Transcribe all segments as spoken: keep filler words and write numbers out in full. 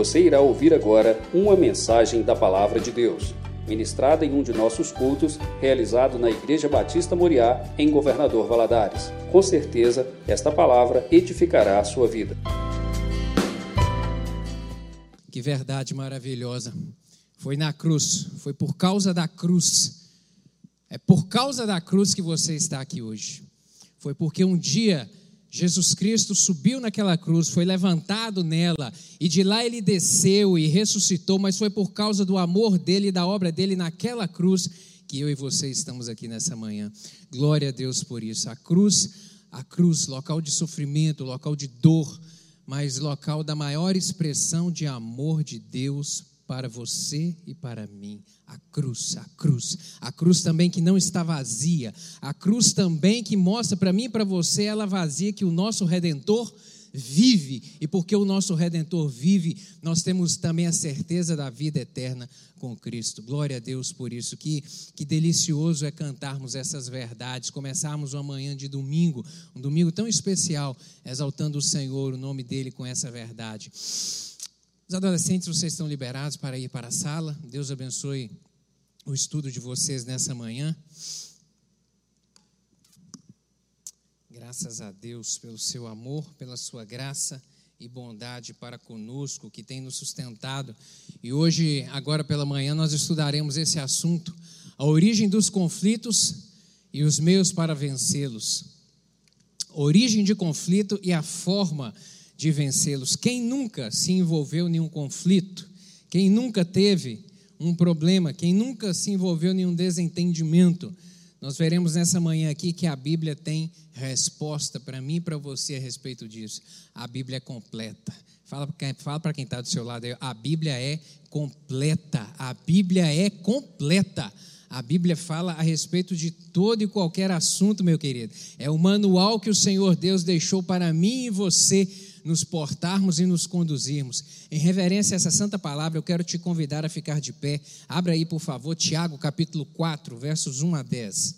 Você irá ouvir agora uma mensagem da Palavra de Deus, ministrada em um de nossos cultos, realizado na Igreja Batista Moriá, em Governador Valadares. Com certeza, esta palavra edificará a sua vida. Que verdade maravilhosa. Foi na cruz, foi por causa da cruz. É por causa da cruz que você está aqui hoje. Foi porque um dia Jesus Cristo subiu naquela cruz, foi levantado nela, e de lá ele desceu e ressuscitou, mas foi por causa do amor dele e da obra dele naquela cruz que eu e você estamos aqui nessa manhã. Glória a Deus por isso. A cruz, a cruz, local de sofrimento, local de dor, mas local da maior expressão de amor de Deus para você e para mim. A cruz, a cruz, a cruz também que não está vazia, a cruz também que mostra para mim e para você ela vazia, que o nosso Redentor vive, e porque o nosso Redentor vive, nós temos também a certeza da vida eterna com Cristo. Glória a Deus por isso. Que, que delicioso é cantarmos essas verdades, começarmos uma manhã de domingo, um domingo tão especial, exaltando o Senhor, o nome dele, com essa verdade. Os adolescentes, vocês estão liberados para ir para a sala. Deus abençoe o estudo de vocês nessa manhã. Graças a Deus pelo seu amor, pela sua graça e bondade para conosco, que tem nos sustentado. E hoje, agora pela manhã, nós estudaremos esse assunto, a origem dos conflitos e os meios para vencê-los. Origem de conflito e a forma de vencê-los. Quem nunca se envolveu em um conflito? Quem nunca teve um problema? Quem nunca se envolveu em um desentendimento? Nós veremos nessa manhã aqui que a Bíblia tem resposta para mim e para você a respeito disso. A Bíblia é completa. Fala, fala para quem está do seu lado aí, a Bíblia é completa. A Bíblia é completa. A Bíblia fala a respeito de todo e qualquer assunto, meu querido. É o manual que o Senhor Deus deixou para mim e você nos portarmos e nos conduzirmos. Em reverência a essa santa palavra, eu quero te convidar a ficar de pé. Abra aí, por favor, Tiago, capítulo quatro, versos um a dez.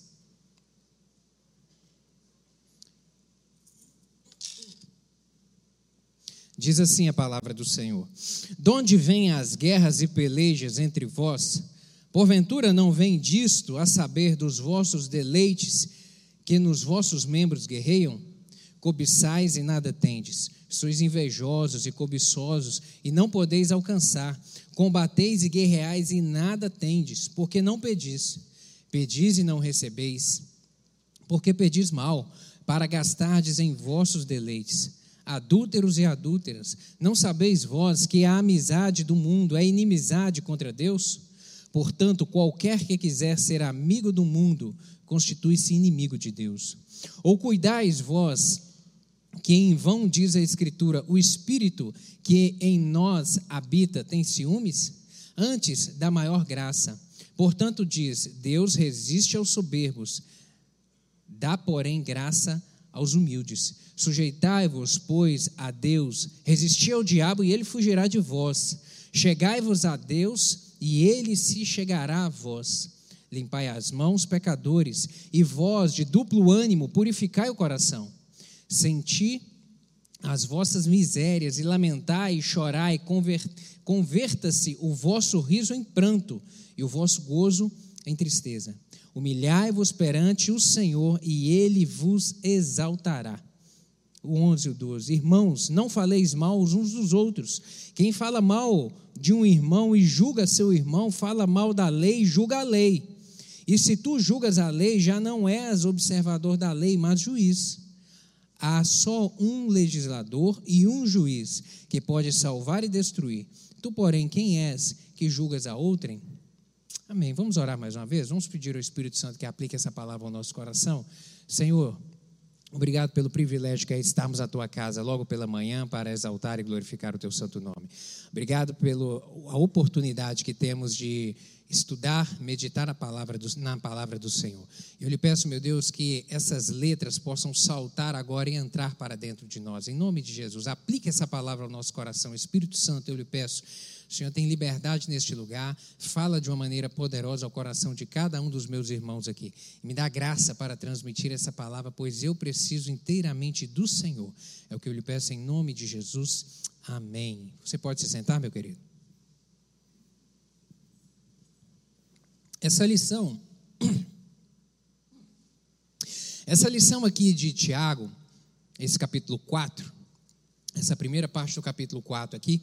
Diz assim a palavra do Senhor: de onde vêm as guerras e pelejas entre vós? Porventura não vem disto, a saber, dos vossos deleites, que nos vossos membros guerreiam? Cobiçais e nada tendes, sois invejosos e cobiçosos, e não podeis alcançar. Combateis e guerreais e nada tendes, porque não pedis. Pedis e não recebeis, porque pedis mal, para gastardes em vossos deleites. Adúlteros e adúlteras, não sabeis vós que a amizade do mundo é inimizade contra Deus? Portanto, qualquer que quiser ser amigo do mundo, constitui-se inimigo de Deus. Ou cuidais vós, que em vão diz a Escritura, o Espírito que em nós habita tem ciúmes? Antes, da maior graça. Portanto diz, Deus resiste aos soberbos, dá, porém, graça aos humildes. Sujeitai-vos, pois, a Deus, resisti ao diabo e ele fugirá de vós. Chegai-vos a Deus e ele se chegará a vós. Limpai as mãos, pecadores, e vós, de duplo ânimo, purificai o coração. Senti as vossas misérias e lamentai e chorai, conver, converta-se o vosso riso em pranto e o vosso gozo em tristeza. Humilhai-vos perante o Senhor e ele vos exaltará. O onze e o doze. Irmãos, não faleis mal uns dos outros. Quem fala mal de um irmão e julga seu irmão, fala mal da lei e julga a lei. E se tu julgas a lei, já não és observador da lei, mas juiz. Há só um legislador e um juiz, que pode salvar e destruir. Tu, porém, quem és que julgas a outrem? Amém. Vamos orar mais uma vez? Vamos pedir ao Espírito Santo que aplique essa palavra ao nosso coração. Senhor, obrigado pelo privilégio que é estarmos à tua casa logo pela manhã para exaltar e glorificar o teu santo nome. Obrigado pela oportunidade que temos de estudar, meditar a palavra do, na palavra do Senhor. Eu lhe peço, meu Deus, que essas letras possam saltar agora e entrar para dentro de nós. Em nome de Jesus, aplique essa palavra ao nosso coração. Espírito Santo, eu lhe peço, o Senhor tem liberdade neste lugar, fala de uma maneira poderosa ao coração de cada um dos meus irmãos aqui. Me dá graça para transmitir essa palavra, pois eu preciso inteiramente do Senhor. É o que eu lhe peço em nome de Jesus. Amém. Você pode se sentar, meu querido? Essa lição, essa lição aqui de Tiago, esse capítulo quatro, essa primeira parte do capítulo quatro aqui,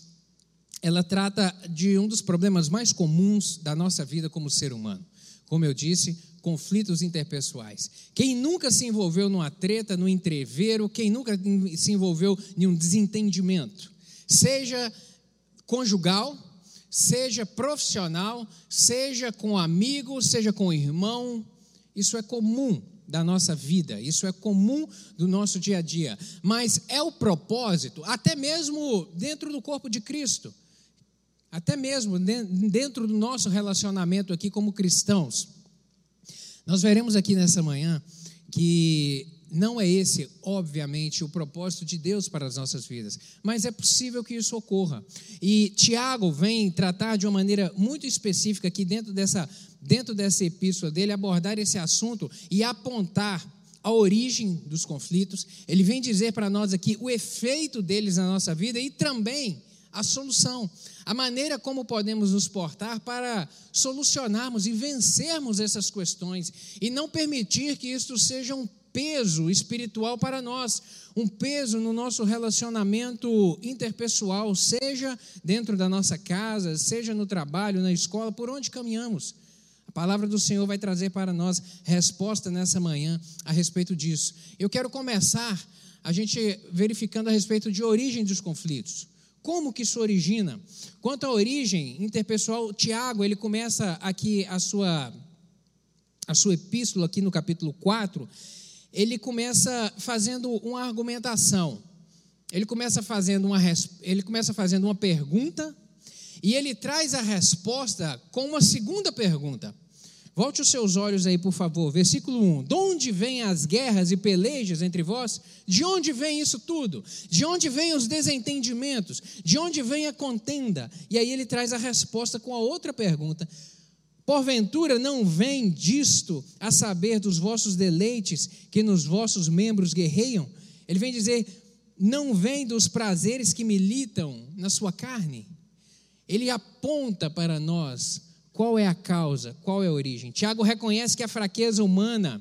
ela trata de um dos problemas mais comuns da nossa vida como ser humano. Como eu disse, conflitos interpessoais. Quem nunca se envolveu numa treta, num entrevero, quem nunca se envolveu em um desentendimento, seja conjugal, seja profissional, seja com amigo, seja com irmão, isso é comum da nossa vida, isso é comum do nosso dia a dia, mas é o propósito, até mesmo dentro do corpo de Cristo, até mesmo dentro do nosso relacionamento aqui como cristãos. Nós veremos aqui nessa manhã que não é esse, obviamente, o propósito de Deus para as nossas vidas, mas é possível que isso ocorra. E Tiago vem tratar de uma maneira muito específica aqui dentro dessa, dentro dessa epístola dele, abordar esse assunto e apontar a origem dos conflitos. Ele vem dizer para nós aqui o efeito deles na nossa vida e também a solução, a maneira como podemos nos portar para solucionarmos e vencermos essas questões e não permitir que isso seja um peso espiritual para nós, um peso no nosso relacionamento interpessoal, seja dentro da nossa casa, seja no trabalho, na escola, por onde caminhamos. A palavra do Senhor vai trazer para nós resposta nessa manhã a respeito disso. Eu quero começar a gente verificando a respeito de origem dos conflitos. Como que isso origina? Quanto à origem interpessoal, Tiago, ele começa aqui a sua, a sua epístola aqui no capítulo quatro, ele começa fazendo uma argumentação, ele começa fazendo uma, ele começa fazendo uma pergunta e ele traz a resposta com uma segunda pergunta. Volte os seus olhos aí, por favor, versículo um. De onde vêm as guerras e pelejas entre vós? De onde vem isso tudo? De onde vêm os desentendimentos? De onde vem a contenda? E aí ele traz a resposta com a outra pergunta. Porventura não vem disto a saber dos vossos deleites que nos vossos membros guerreiam? Ele vem dizer, não vem dos prazeres que militam na sua carne? Ele aponta para nós qual é a causa, qual é a origem. Tiago reconhece que a fraqueza humana,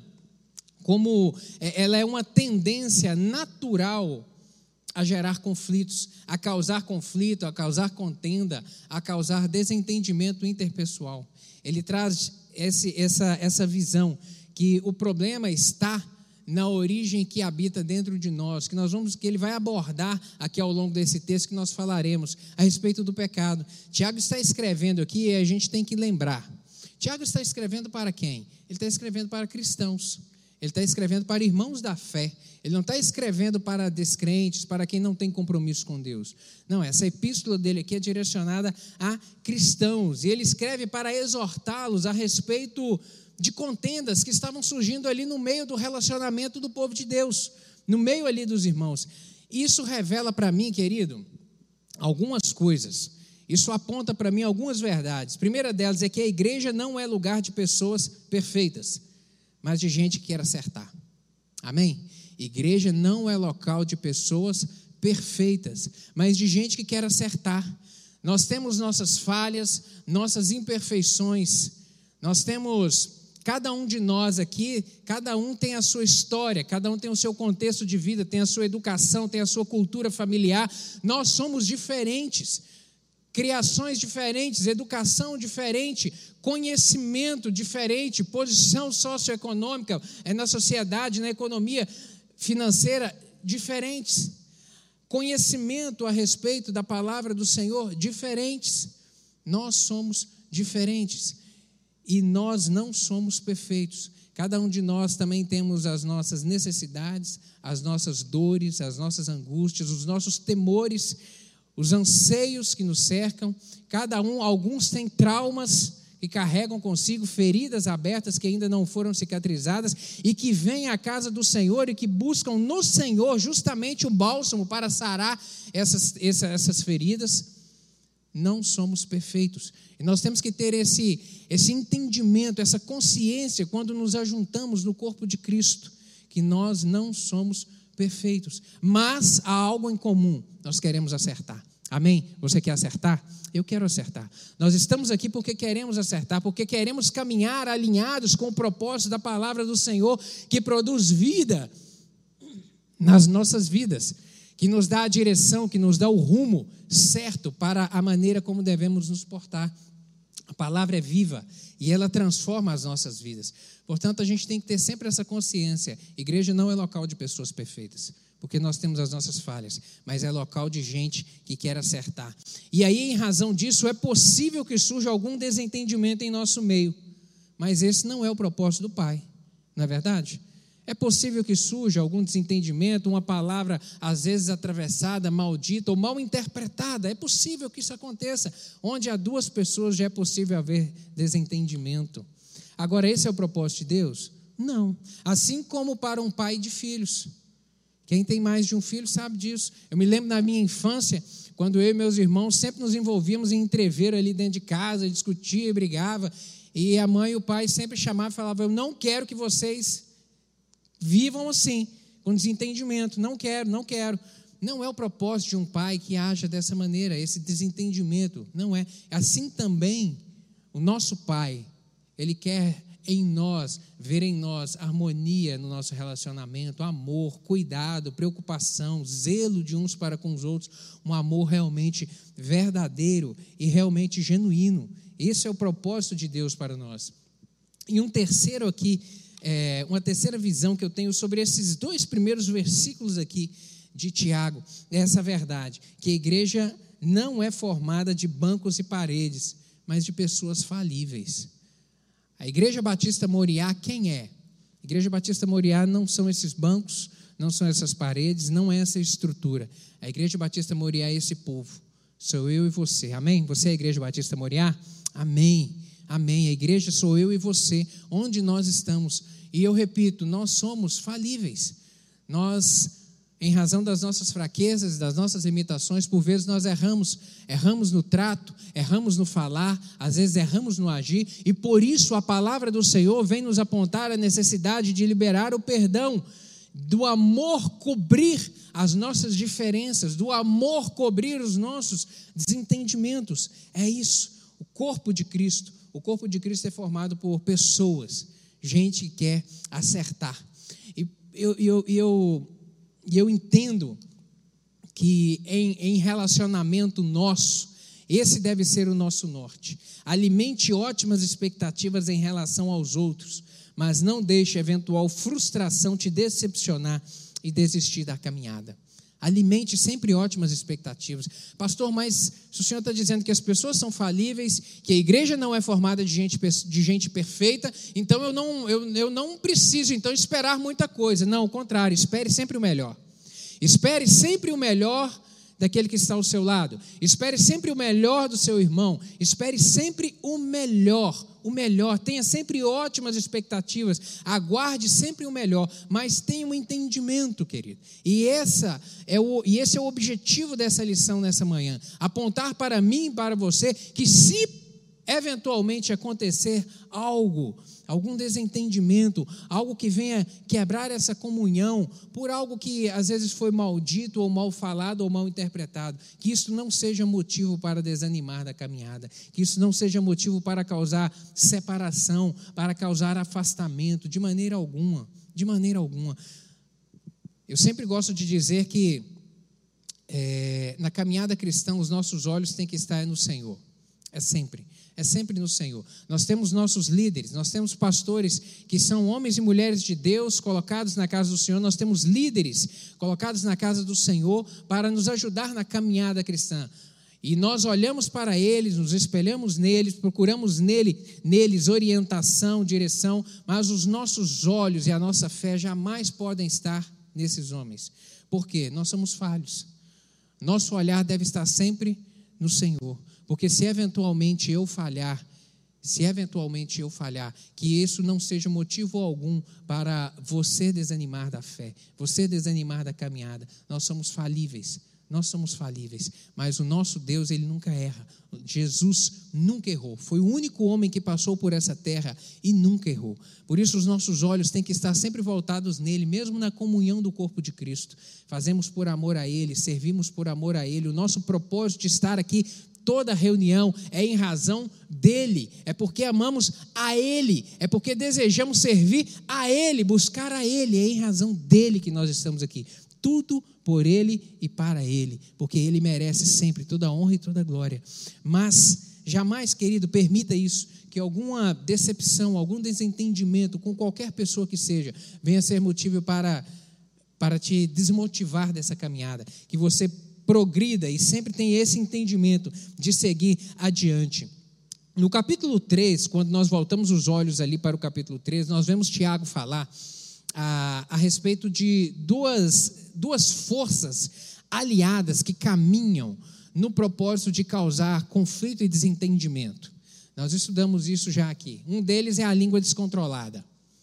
como ela é uma tendência natural a gerar conflitos, a causar conflito, a causar contenda, a causar desentendimento interpessoal. Ele traz esse, essa, essa visão que o problema está na origem que habita dentro de nós, que nós vamos, que ele vai abordar aqui ao longo desse texto que nós falaremos a respeito do pecado. Tiago está escrevendo aqui e a gente tem que lembrar. Tiago está escrevendo para quem? Ele está escrevendo para cristãos. Ele está escrevendo para irmãos da fé. Ele não está escrevendo para descrentes, para quem não tem compromisso com Deus. Não, essa epístola dele aqui é direcionada a cristãos. E ele escreve para exortá-los a respeito de contendas que estavam surgindo ali no meio do relacionamento do povo de Deus, no meio ali dos irmãos. Isso revela para mim, querido, algumas coisas. Isso aponta para mim algumas verdades. A primeira delas é que a igreja não é lugar de pessoas perfeitas, mas de gente que quer acertar. Amém? Igreja não é local de pessoas perfeitas, mas de gente que quer acertar. Nós temos nossas falhas, nossas imperfeições. Nós temos, cada um de nós aqui, cada um tem a sua história, cada um tem o seu contexto de vida, tem a sua educação, tem a sua cultura familiar. Nós somos diferentes. Criações diferentes, educação diferente, conhecimento diferente, posição socioeconômica na sociedade, na economia financeira diferentes, conhecimento a respeito da palavra do Senhor diferentes. Nós somos diferentes e nós não somos perfeitos. Cada um de nós também temos as nossas necessidades, as nossas dores, as nossas angústias, os nossos temores, os anseios que nos cercam. Cada um, alguns têm traumas, que carregam consigo feridas abertas que ainda não foram cicatrizadas e que vêm à casa do Senhor e que buscam no Senhor justamente o bálsamo para sarar essas, essas feridas. Não somos perfeitos. E nós temos que ter esse, esse entendimento, essa consciência quando nos ajuntamos no corpo de Cristo, que nós não somos perfeitos, mas há algo em comum, nós queremos acertar. Amém? Você quer acertar? Eu quero acertar. Nós estamos aqui porque queremos acertar, porque queremos caminhar alinhados com o propósito da palavra do Senhor, que produz vida nas nossas vidas, que nos dá a direção, que nos dá o rumo certo para a maneira como devemos nos portar. A palavra é viva e ela transforma as nossas vidas. Portanto, a gente tem que ter sempre essa consciência. Igreja não é local de pessoas perfeitas, porque nós temos as nossas falhas, mas é local de gente que quer acertar. E aí, em razão disso, é possível que surja algum desentendimento em nosso meio, mas esse não é o propósito do Pai, não é verdade? É possível que surja algum desentendimento, uma palavra às vezes atravessada, maldita ou mal interpretada. É possível que isso aconteça. Onde há duas pessoas já é possível haver desentendimento. Agora, esse é o propósito de Deus? Não. Assim como para um pai de filhos. Quem tem mais de um filho sabe disso. Eu me lembro na minha infância, quando eu e meus irmãos sempre nos envolvíamos em entreveiro ali dentro de casa, discutia e brigava. E a mãe e o pai sempre chamavam e falavam: eu não quero que vocês vivam assim, com desentendimento. Não quero, não quero. Não é o propósito de um pai que haja dessa maneira, esse desentendimento. Não é. Assim também, o nosso Pai, Ele quer em nós, ver em nós harmonia no nosso relacionamento, amor, cuidado, preocupação, zelo de uns para com os outros, um amor realmente verdadeiro e realmente genuíno. Esse é o propósito de Deus para nós. E um terceiro aqui, É, uma terceira visão que eu tenho sobre esses dois primeiros versículos aqui de Tiago, é essa verdade, que a igreja não é formada de bancos e paredes, mas de pessoas falíveis. A Igreja Batista Moriá, quem é? A Igreja Batista Moriá não são esses bancos, não são essas paredes, não é essa estrutura. A Igreja Batista Moriá é esse povo, sou eu e você, amém? Você é a Igreja Batista Moriá? Amém. Amém, a igreja sou eu e você, onde nós estamos. E eu repito, nós somos falíveis. Nós, em razão das nossas fraquezas, das nossas limitações, por vezes nós erramos. Erramos no trato, erramos no falar, às vezes erramos no agir. E por isso a palavra do Senhor vem nos apontar a necessidade de liberar o perdão, do amor cobrir as nossas diferenças, do amor cobrir os nossos desentendimentos. É isso, o corpo de Cristo. O corpo de Cristo é formado por pessoas, gente que quer acertar. E eu, eu, eu, eu entendo que em, em relacionamento nosso, esse deve ser o nosso norte. Alimente ótimas expectativas em relação aos outros, mas não deixe eventual frustração te decepcionar e desistir da caminhada. Alimente sempre ótimas expectativas. Pastor, mas se o senhor está dizendo que as pessoas são falíveis, que a igreja não é formada de gente, de gente perfeita, então eu não, eu, eu não preciso então esperar muita coisa. Não, ao contrário, espere sempre o melhor. Espere sempre o melhor daquele que está ao seu lado. Espere sempre o melhor do seu irmão. Espere sempre o melhor, o melhor. Tenha sempre ótimas expectativas. Aguarde sempre o melhor, mas tenha um entendimento, querido. E, essa é o, e esse é o objetivo dessa lição nessa manhã. Apontar para mim e para você que se eventualmente acontecer algo, algum desentendimento, algo que venha quebrar essa comunhão, por algo que às vezes foi maldito ou mal falado ou mal interpretado, que isso não seja motivo para desanimar da caminhada, que isso não seja motivo para causar separação, para causar afastamento, de maneira alguma, de maneira alguma. Eu sempre gosto de dizer que é, na caminhada cristã os nossos olhos têm que estar no Senhor, é sempre. É sempre no Senhor. Nós temos nossos líderes, nós temos pastores que são homens e mulheres de Deus colocados na casa do Senhor, nós temos líderes colocados na casa do Senhor para nos ajudar na caminhada cristã. E nós olhamos para eles, nos espelhamos neles, procuramos nele, neles orientação, direção, mas os nossos olhos e a nossa fé jamais podem estar nesses homens. Por quê? Nós somos falhos. Nosso olhar deve estar sempre no Senhor. Porque se eventualmente eu falhar, se eventualmente eu falhar, que isso não seja motivo algum para você desanimar da fé, você desanimar da caminhada. Nós somos falíveis, nós somos falíveis, mas o nosso Deus, Ele nunca erra. Jesus nunca errou, foi o único homem que passou por essa terra e nunca errou. Por isso os nossos olhos têm que estar sempre voltados nele, mesmo na comunhão do corpo de Cristo. Fazemos por amor a Ele, servimos por amor a Ele. O nosso propósito de estar aqui toda reunião é em razão dele, é porque amamos a Ele, é porque desejamos servir a Ele, buscar a Ele, é em razão dele que nós estamos aqui. Tudo por Ele e para Ele, porque Ele merece sempre toda a honra e toda a glória. Mas jamais, querido, permita isso, que alguma decepção, algum desentendimento com qualquer pessoa que seja, venha ser motivo para, para te desmotivar dessa caminhada, que você progrida e sempre tem esse entendimento de seguir adiante. No capítulo três, quando nós voltamos os olhos ali para o capítulo três, nós vemos Tiago falar a, a respeito de duas, duas forças aliadas que caminham no propósito de causar conflito e desentendimento. Nós estudamos isso já aqui. Um deles é a língua descontrolada.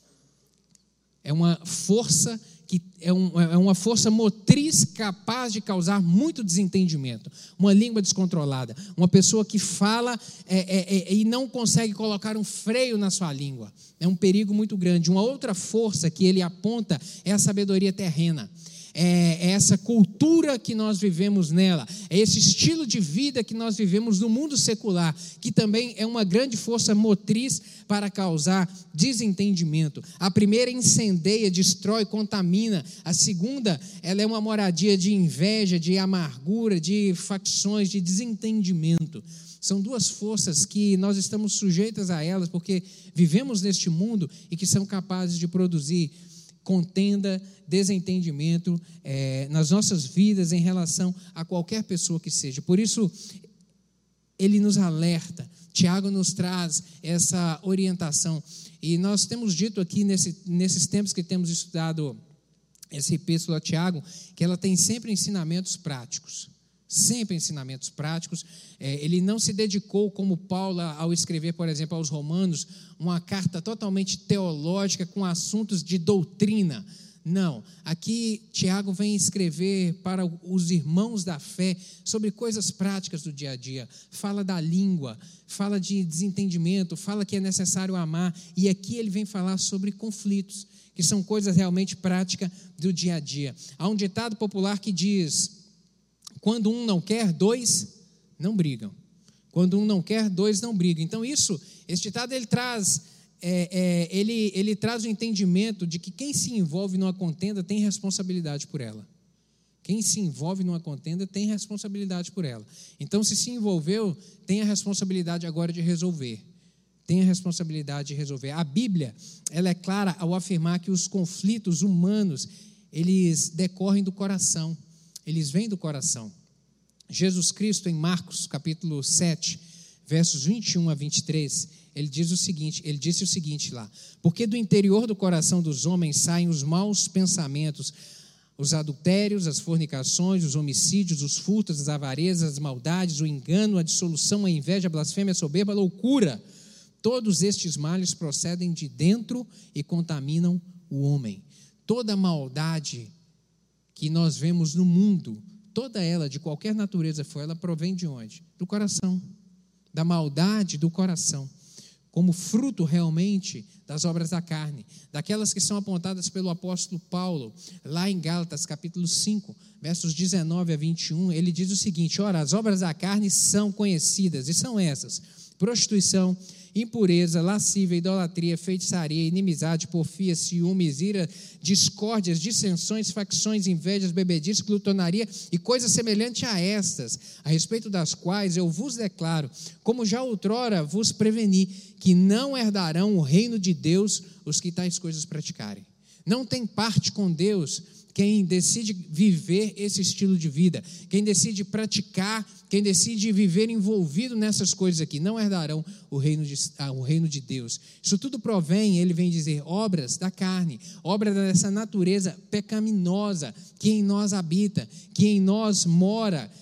É uma força que é, um, é uma força motriz capaz de causar muito desentendimento. Uma língua descontrolada. Uma pessoa que fala é, é, é, e não consegue colocar um freio na sua língua. É um perigo muito grande. Uma outra força que ele aponta é a sabedoria terrena. É essa cultura que nós vivemos nela, é esse estilo de vida que nós vivemos no mundo secular, que também é uma grande força motriz para causar desentendimento. A primeira incendeia, destrói, contamina. A segunda, ela é uma moradia de inveja, de amargura, de facções, de desentendimento. São duas forças que nós estamos sujeitas a elas, porque vivemos neste mundo e que são capazes de produzir contenda, desentendimento é, nas nossas vidas em relação a qualquer pessoa que seja. Por isso, ele nos alerta, Tiago nos traz essa orientação. E nós temos dito aqui, nesse, nesses tempos que temos estudado essa epístola a Tiago, que ela tem sempre ensinamentos práticos. Sempre ensinamentos práticos. É, ele não se dedicou, como Paulo, ao escrever, por exemplo, aos Romanos, uma carta totalmente teológica com assuntos de doutrina. Não. Aqui, Tiago vem escrever para os irmãos da fé sobre coisas práticas do dia a dia. Fala da língua, fala de desentendimento, fala que é necessário amar. E aqui ele vem falar sobre conflitos, que são coisas realmente práticas do dia a dia. Há um ditado popular que diz: quando um não quer, dois não brigam. Quando um não quer, dois não brigam. Então, isso, esse ditado, ele traz, é, é, ele, ele traz o entendimento de que quem se envolve numa contenda tem responsabilidade por ela. Quem se envolve numa contenda tem responsabilidade por ela. Então, se se envolveu, tem a responsabilidade agora de resolver. Tem a responsabilidade de resolver. A Bíblia, ela é clara ao afirmar que os conflitos humanos, eles decorrem do coração. Eles vêm do coração. Jesus Cristo, em Marcos, capítulo sete, versos vinte e um a vinte e três, ele diz o seguinte, ele disse o seguinte lá: porque do interior do coração dos homens saem os maus pensamentos, os adultérios, as fornicações, os homicídios, os furtos, as avarezas, as maldades, o engano, a dissolução, a inveja, a blasfêmia, a soberba, a loucura. Todos estes males procedem de dentro e contaminam o homem. Toda maldade que nós vemos no mundo, toda ela, de qualquer natureza for, ela provém de onde? Do coração, da maldade do coração, como fruto realmente das obras da carne, daquelas que são apontadas pelo apóstolo Paulo, lá em Gálatas, capítulo cinco, versos dezenove a vinte e um, ele diz o seguinte: ora, as obras da carne são conhecidas, e são essas: prostituição, impureza, lascívia, idolatria, feitiçaria, inimizade, porfia, ciúmes, ira, discórdias, dissensões, facções, invejas, bebedice, glutonaria e coisas semelhantes a estas, a respeito das quais eu vos declaro, como já outrora vos preveni, que não herdarão o reino de Deus os que tais coisas praticarem. Não tem parte com Deus quem decide viver esse estilo de vida, quem decide praticar, quem decide viver envolvido nessas coisas aqui, não herdarão o reino de, ah, o reino de Deus. Isso tudo provém, ele vem dizer, obras da carne, obras dessa natureza pecaminosa que em nós habita, que em nós mora,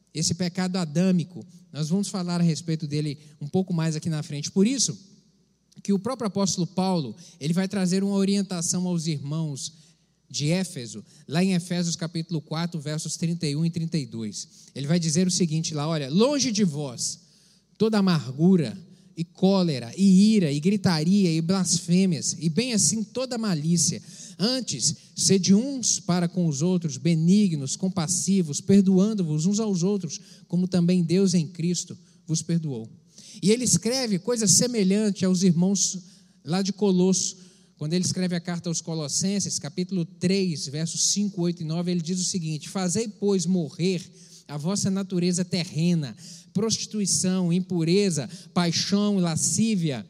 esse pecado adâmico. Nós vamos falar a respeito dele um pouco mais aqui na frente. Por isso que o próprio apóstolo Paulo, ele vai trazer uma orientação aos irmãos de Éfeso, lá em Efésios capítulo quatro, versos trinta e um e trinta e dois. Ele vai dizer o seguinte lá, olha, longe de vós toda amargura e cólera, e ira, e gritaria, e blasfêmias, e bem assim toda malícia. Antes, sede uns para com os outros, benignos, compassivos, perdoando-vos uns aos outros, como também Deus em Cristo vos perdoou. E ele escreve coisa semelhante aos irmãos lá de Colosso, quando ele escreve a carta aos Colossenses, capítulo três, versos cinco, oito e nove, ele diz o seguinte: fazei, pois, morrer a vossa natureza terrena, prostituição, impureza, paixão, lascívia,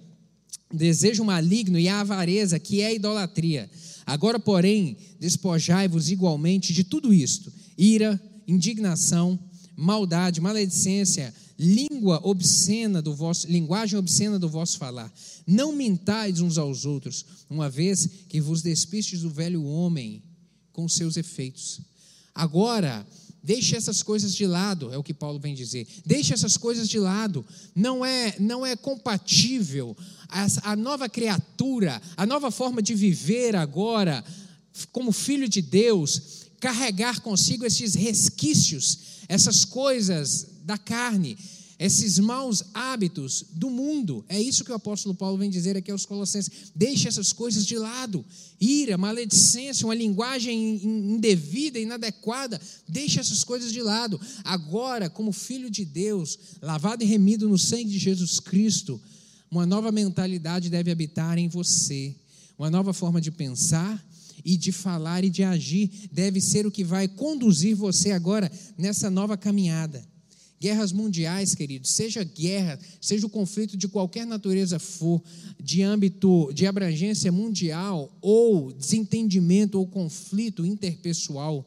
desejo maligno e a avareza, que é a idolatria. Agora, porém, despojai-vos igualmente de tudo isto: ira, indignação, maldade, maledicência, língua obscena do vosso, linguagem obscena do vosso falar. Não mintais uns aos outros, uma vez que vos despistes do velho homem com seus efeitos. Agora, deixe essas coisas de lado, é o que Paulo vem dizer. Deixe essas coisas de lado. Não é, não é compatível a, a nova criatura, a nova forma de viver agora, como filho de Deus, carregar consigo esses resquícios, essas coisas da carne, esses maus hábitos do mundo. É isso que o apóstolo Paulo vem dizer aqui aos Colossenses. Deixe essas coisas de lado. Ira, maledicência, uma linguagem indevida, inadequada. Deixe essas coisas de lado. Agora, como filho de Deus, lavado e remido no sangue de Jesus Cristo, uma nova mentalidade deve habitar em você. Uma nova forma de pensar e de falar e de agir deve ser o que vai conduzir você agora nessa nova caminhada. Guerras mundiais, queridos, seja guerra, seja o conflito de qualquer natureza for, de âmbito, de abrangência mundial, ou desentendimento ou conflito interpessoal,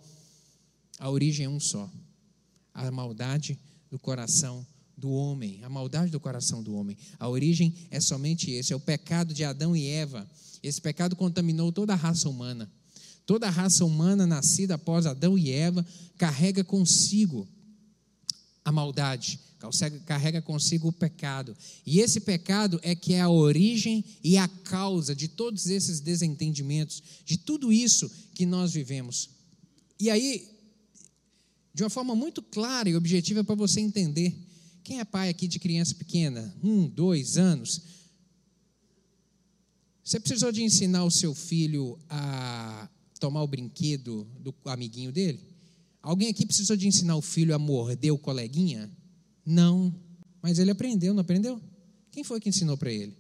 a origem é um só: a maldade do coração do homem, a maldade do coração do homem. A origem é somente esse, é o pecado de Adão e Eva. Esse pecado contaminou toda a raça humana. Toda a raça humana nascida após Adão e Eva carrega consigo a maldade, carrega consigo o pecado. E esse pecado é que é a origem e a causa de todos esses desentendimentos, de tudo isso que nós vivemos. E aí, de uma forma muito clara e objetiva para você entender, quem é pai aqui de criança pequena, um, dois anos, você precisou de ensinar o seu filho a tomar o brinquedo do amiguinho dele? Alguém aqui precisou de ensinar o filho a morder o coleguinha? Não, mas ele aprendeu, não aprendeu? Quem foi que ensinou para ele?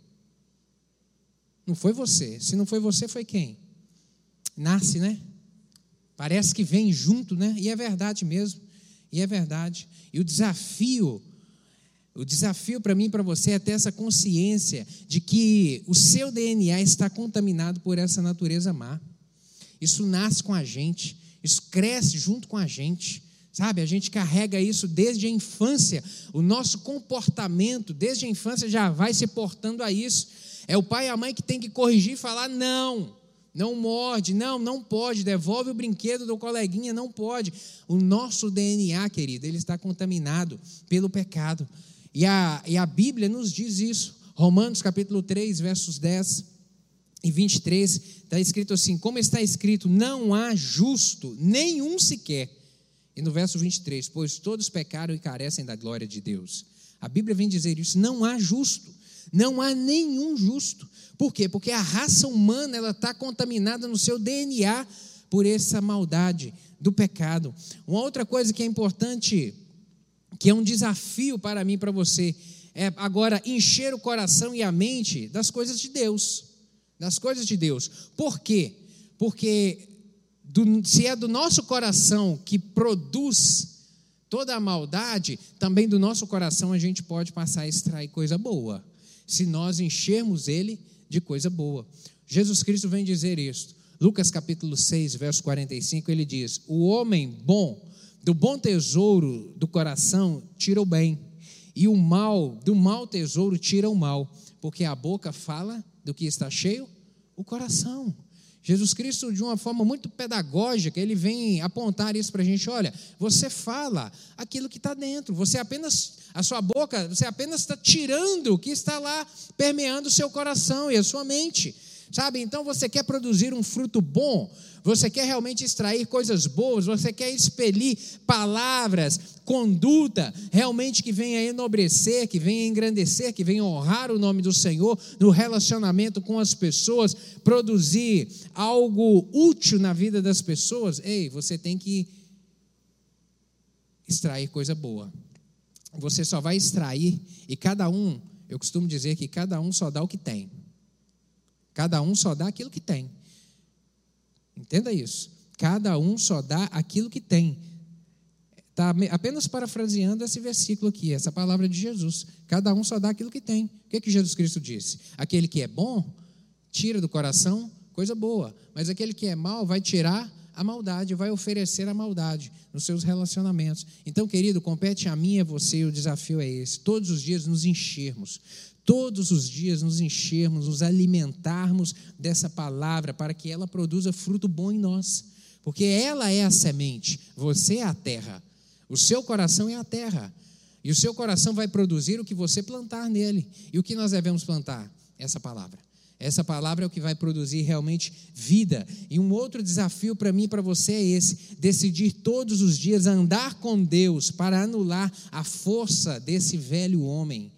Não foi você. Se não foi você, foi quem? Nasce, né? Parece que vem junto, né? E é verdade mesmo, e é verdade. E o desafio, o desafio para mim e para você é ter essa consciência de que o seu D N A está contaminado por essa natureza má. Isso nasce com a gente, isso cresce junto com a gente, sabe? A gente carrega isso desde a infância. O nosso comportamento desde a infância já vai se portando a isso. É o pai e a mãe que tem que corrigir e falar: não, não morde, não, não pode, devolve o brinquedo do coleguinha, não pode. O nosso D N A, querido, ele está contaminado pelo pecado. E a, e a Bíblia nos diz isso. Romanos capítulo três, versos dez e vinte e três, está escrito assim: como está escrito, não há justo, nenhum sequer. E no verso vinte e três, pois todos pecaram e carecem da glória de Deus. A Bíblia vem dizer isso: não há justo, não há nenhum justo. Por quê? Porque a raça humana ela está contaminada no seu D N A por essa maldade do pecado. Uma outra coisa que é importante, que é um desafio para mim e para você, é agora encher o coração e a mente das coisas de Deus. Das coisas de Deus. Por quê? Porque do, se é do nosso coração que produz toda a maldade, também do nosso coração a gente pode passar a extrair coisa boa, se nós enchermos ele de coisa boa. Jesus Cristo vem dizer isso. Lucas capítulo seis, verso quarenta e cinco, ele diz: o homem bom, do bom tesouro do coração tira o bem, e o mal, do mau tesouro tira o mal, porque a boca fala do que está cheio? O coração. Jesus Cristo, de uma forma muito pedagógica, ele vem apontar isso para a gente. Olha, você fala aquilo que está dentro, você apenas, a sua boca, você apenas está tirando o que está lá, permeando o seu coração e a sua mente, sabe? Então, você quer produzir um fruto bom, você quer realmente extrair coisas boas, você quer expelir palavras, conduta, realmente que venha enobrecer, que venha engrandecer, que venha honrar o nome do Senhor no relacionamento com as pessoas, produzir algo útil na vida das pessoas. Ei, você tem que extrair coisa boa. Você só vai extrair, e cada um, eu costumo dizer que cada um só dá o que tem. Cada um só dá aquilo que tem. Entenda isso. Cada um só dá aquilo que tem. Está apenas parafraseando esse versículo aqui, essa palavra de Jesus. Cada um só dá aquilo que tem. O que, que Jesus Cristo disse? Aquele que é bom, tira do coração coisa boa. Mas aquele que é mau vai tirar a maldade, vai oferecer a maldade nos seus relacionamentos. Então, querido, compete a mim e a você, e o desafio é esse. Todos os dias nos enchermos. Todos os dias nos enchermos, nos alimentarmos dessa palavra para que ela produza fruto bom em nós. Porque ela é a semente, você é a terra. O seu coração é a terra. E o seu coração vai produzir o que você plantar nele. E o que nós devemos plantar? Essa palavra. Essa palavra é o que vai produzir realmente vida. E um outro desafio para mim e para você é esse: decidir todos os dias andar com Deus para anular a força desse velho homem.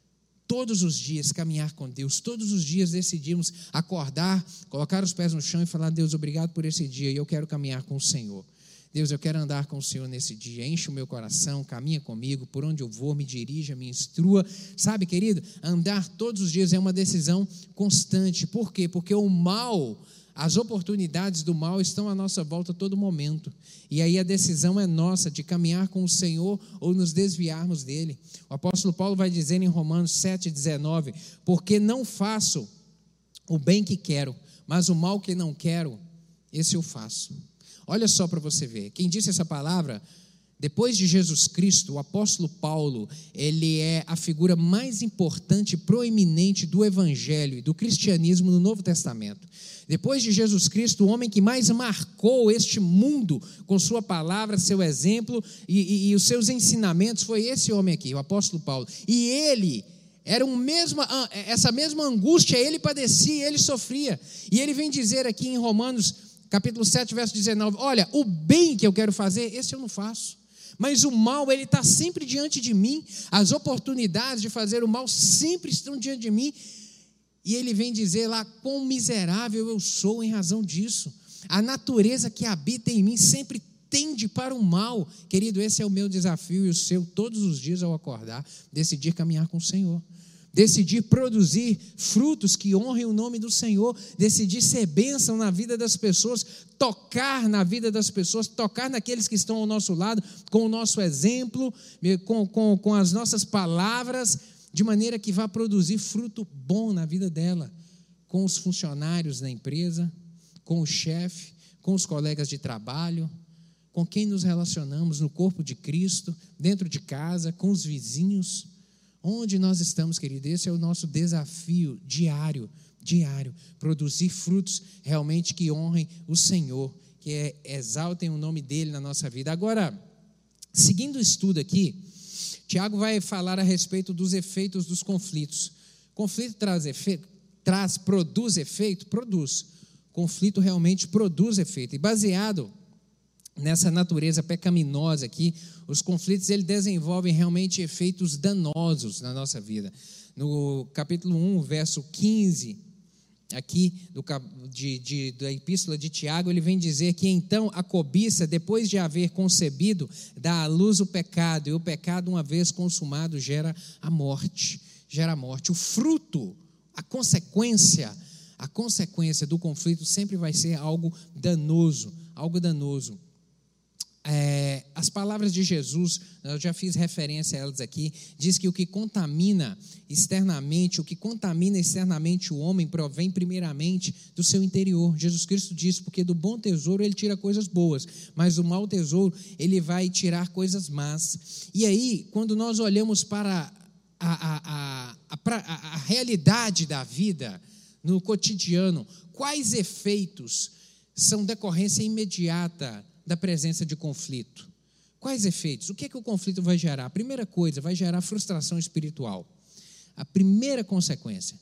Todos os dias caminhar com Deus, todos os dias decidimos acordar, colocar os pés no chão e falar: Deus, obrigado por esse dia, e eu quero caminhar com o Senhor. Deus, eu quero andar com o Senhor nesse dia, enche o meu coração, caminha comigo, por onde eu vou, me dirija, me instrua. Sabe, querido, andar todos os dias é uma decisão constante. Por quê? Porque o mal, as oportunidades do mal estão à nossa volta a todo momento. E aí a decisão é nossa de caminhar com o Senhor ou nos desviarmos dele. O apóstolo Paulo vai dizer em Romanos sete, dezenove: porque não faço o bem que quero, mas o mal que não quero, esse eu faço. Olha só para você ver, quem disse essa palavra, depois de Jesus Cristo, o apóstolo Paulo, ele é a figura mais importante e proeminente do evangelho e do cristianismo no Novo Testamento. Depois de Jesus Cristo, o homem que mais marcou este mundo com sua palavra, seu exemplo e, e, e os seus ensinamentos foi esse homem aqui, o apóstolo Paulo. E ele era um mesmo, essa mesma angústia, ele padecia, ele sofria. E ele vem dizer aqui em Romanos capítulo sete, verso dezenove, olha, o bem que eu quero fazer, esse eu não faço. Mas o mal, ele está sempre diante de mim, as oportunidades de fazer o mal sempre estão diante de mim, e ele vem dizer lá, quão miserável eu sou em razão disso. A natureza que habita em mim sempre tende para o mal. Querido, esse é o meu desafio e o seu, todos os dias ao acordar, decidir caminhar com o Senhor. Decidir produzir frutos que honrem o nome do Senhor, decidir ser bênção na vida das pessoas, tocar na vida das pessoas, tocar naqueles que estão ao nosso lado, com o nosso exemplo, com, com, com as nossas palavras, de maneira que vá produzir fruto bom na vida dela, com os funcionários da empresa, com o chefe, com os colegas de trabalho, com quem nos relacionamos no corpo de Cristo, dentro de casa, com os vizinhos. Onde nós estamos, querido, esse é o nosso desafio diário, diário, produzir frutos realmente que honrem o Senhor, que é, exaltem o nome dele na nossa vida. Agora, seguindo o estudo aqui, Tiago vai falar a respeito dos efeitos dos conflitos. Conflito traz efeito, traz, produz efeito? Produz. Conflito realmente produz efeito. E baseado nessa natureza pecaminosa aqui, os conflitos eles desenvolvem realmente efeitos danosos na nossa vida. No capítulo um, verso quinze, aqui do, de, de, da epístola de Tiago, ele vem dizer que então a cobiça, depois de haver concebido, dá à luz o pecado, e o pecado, uma vez consumado, gera a morte, gera a morte. O fruto, a consequência, a consequência do conflito sempre vai ser algo danoso, algo danoso. É, as palavras de Jesus, eu já fiz referência a elas aqui, diz que o que contamina externamente, o que contamina externamente o homem provém primeiramente do seu interior. Jesus Cristo disse, porque do bom tesouro ele tira coisas boas, mas do mau tesouro ele vai tirar coisas más. E aí, quando nós olhamos para a, a, a, a, a, a realidade da vida, no cotidiano, quais efeitos são decorrência imediata da presença de conflito? Quais efeitos? O que é que o conflito vai gerar? A primeira coisa, vai gerar frustração espiritual. A primeira consequência.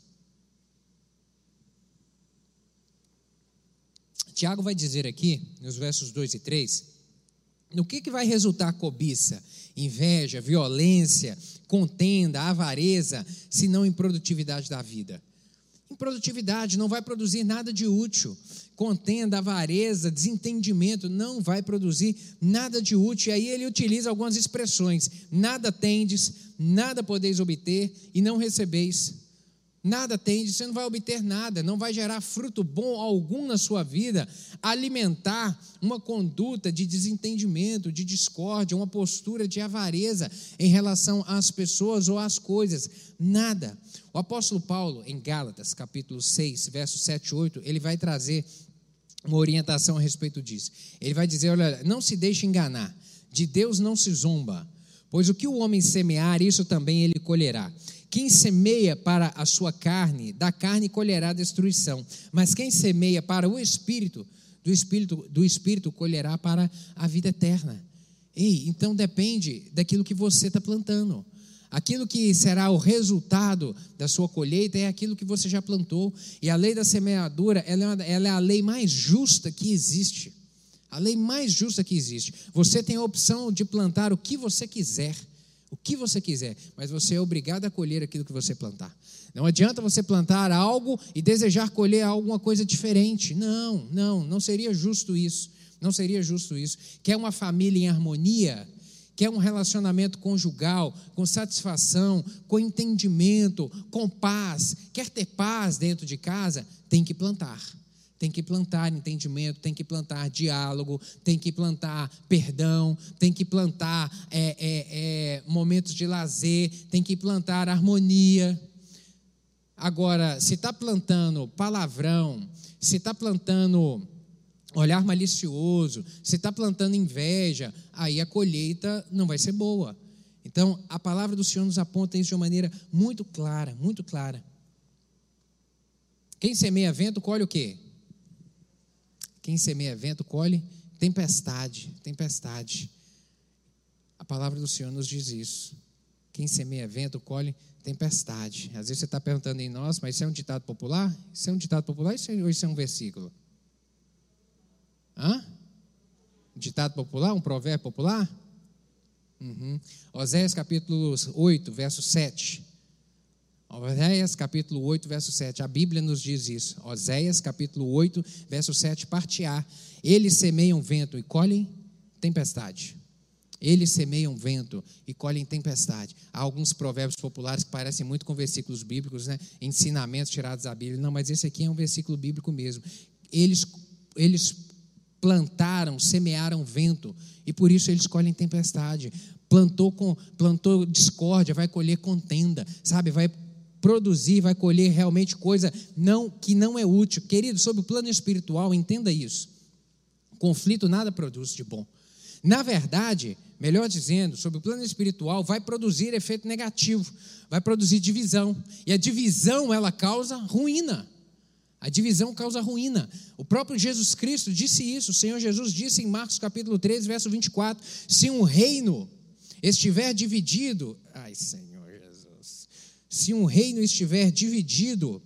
Tiago vai dizer aqui, nos versos dois e três, no que, que vai resultar cobiça, inveja, violência, contenda, avareza, se não em produtividade da vida? Improdutividade, não vai produzir nada de útil. Contenda, avareza, desentendimento, não vai produzir nada de útil. E aí ele utiliza algumas expressões: nada tendes, nada podeis obter e não recebeis. Nada tendes, você não vai obter nada, não vai gerar fruto bom algum na sua vida, alimentar uma conduta de desentendimento, de discórdia, uma postura de avareza em relação às pessoas ou às coisas, nada. O apóstolo Paulo, em Gálatas, capítulo seis, versos sete e oito, ele vai trazer uma orientação a respeito disso. Ele vai dizer, olha, não se deixe enganar, de Deus não se zomba, pois o que o homem semear, isso também ele colherá. Quem semeia para a sua carne, da carne colherá destruição, mas quem semeia para o Espírito, do Espírito, do Espírito colherá para a vida eterna. Ei, então depende daquilo que você está plantando. Aquilo que será o resultado da sua colheita é aquilo que você já plantou. E a lei da semeadura, ela é, uma, ela é a lei mais justa que existe. A lei mais justa que existe. Você tem a opção de plantar o que você quiser. O que você quiser, mas você é obrigado a colher aquilo que você plantar. Não adianta você plantar algo e desejar colher alguma coisa diferente. Não, não, não seria justo isso. Não seria justo isso. Quer uma família em harmonia? Quer um relacionamento conjugal, com satisfação, com entendimento, com paz? Quer ter paz dentro de casa? Tem que plantar. Tem que plantar entendimento, tem que plantar diálogo, tem que plantar perdão, tem que plantar é, é, é, momentos de lazer, tem que plantar harmonia. Agora, se está plantando palavrão, se está plantando olhar malicioso, se está plantando inveja, aí a colheita não vai ser boa. Então, a palavra do Senhor nos aponta isso de uma maneira muito clara, muito clara. Quem semeia vento, colhe o quê? Quem semeia vento, colhe tempestade, tempestade. A palavra do Senhor nos diz isso. Quem semeia vento, colhe tempestade. Às vezes você está perguntando em nós, mas isso é um ditado popular? Isso é um ditado popular ou isso é um versículo? Hã? Um ditado popular? Um provérbio popular? Uhum. Oséias capítulo oito, verso sete. Oséias capítulo oito, verso sete, a Bíblia nos diz isso. Oséias capítulo oito, verso sete, parte A. Eles semeiam vento e colhem tempestade. Eles semeiam vento e colhem tempestade. Há alguns provérbios populares que parecem muito com versículos bíblicos, né? Ensinamentos tirados da Bíblia. Não, mas esse aqui é um versículo bíblico mesmo. Eles, eles plantaram, semearam vento e por isso eles colhem tempestade. Plantou, com, plantou discórdia, vai colher contenda, sabe? Vai produzir, vai colher realmente coisa não, que não é útil. Querido, sobre o plano espiritual, entenda isso. Conflito nada produz de bom. Na verdade, melhor dizendo, sobre o plano espiritual, vai produzir efeito negativo, vai produzir divisão. E a divisão, ela causa ruína. A divisão causa ruína. O próprio Jesus Cristo disse isso. O Senhor Jesus disse em Marcos capítulo treze, verso vinte e quatro, se um reino estiver dividido, ai Senhor Jesus, se um reino estiver dividido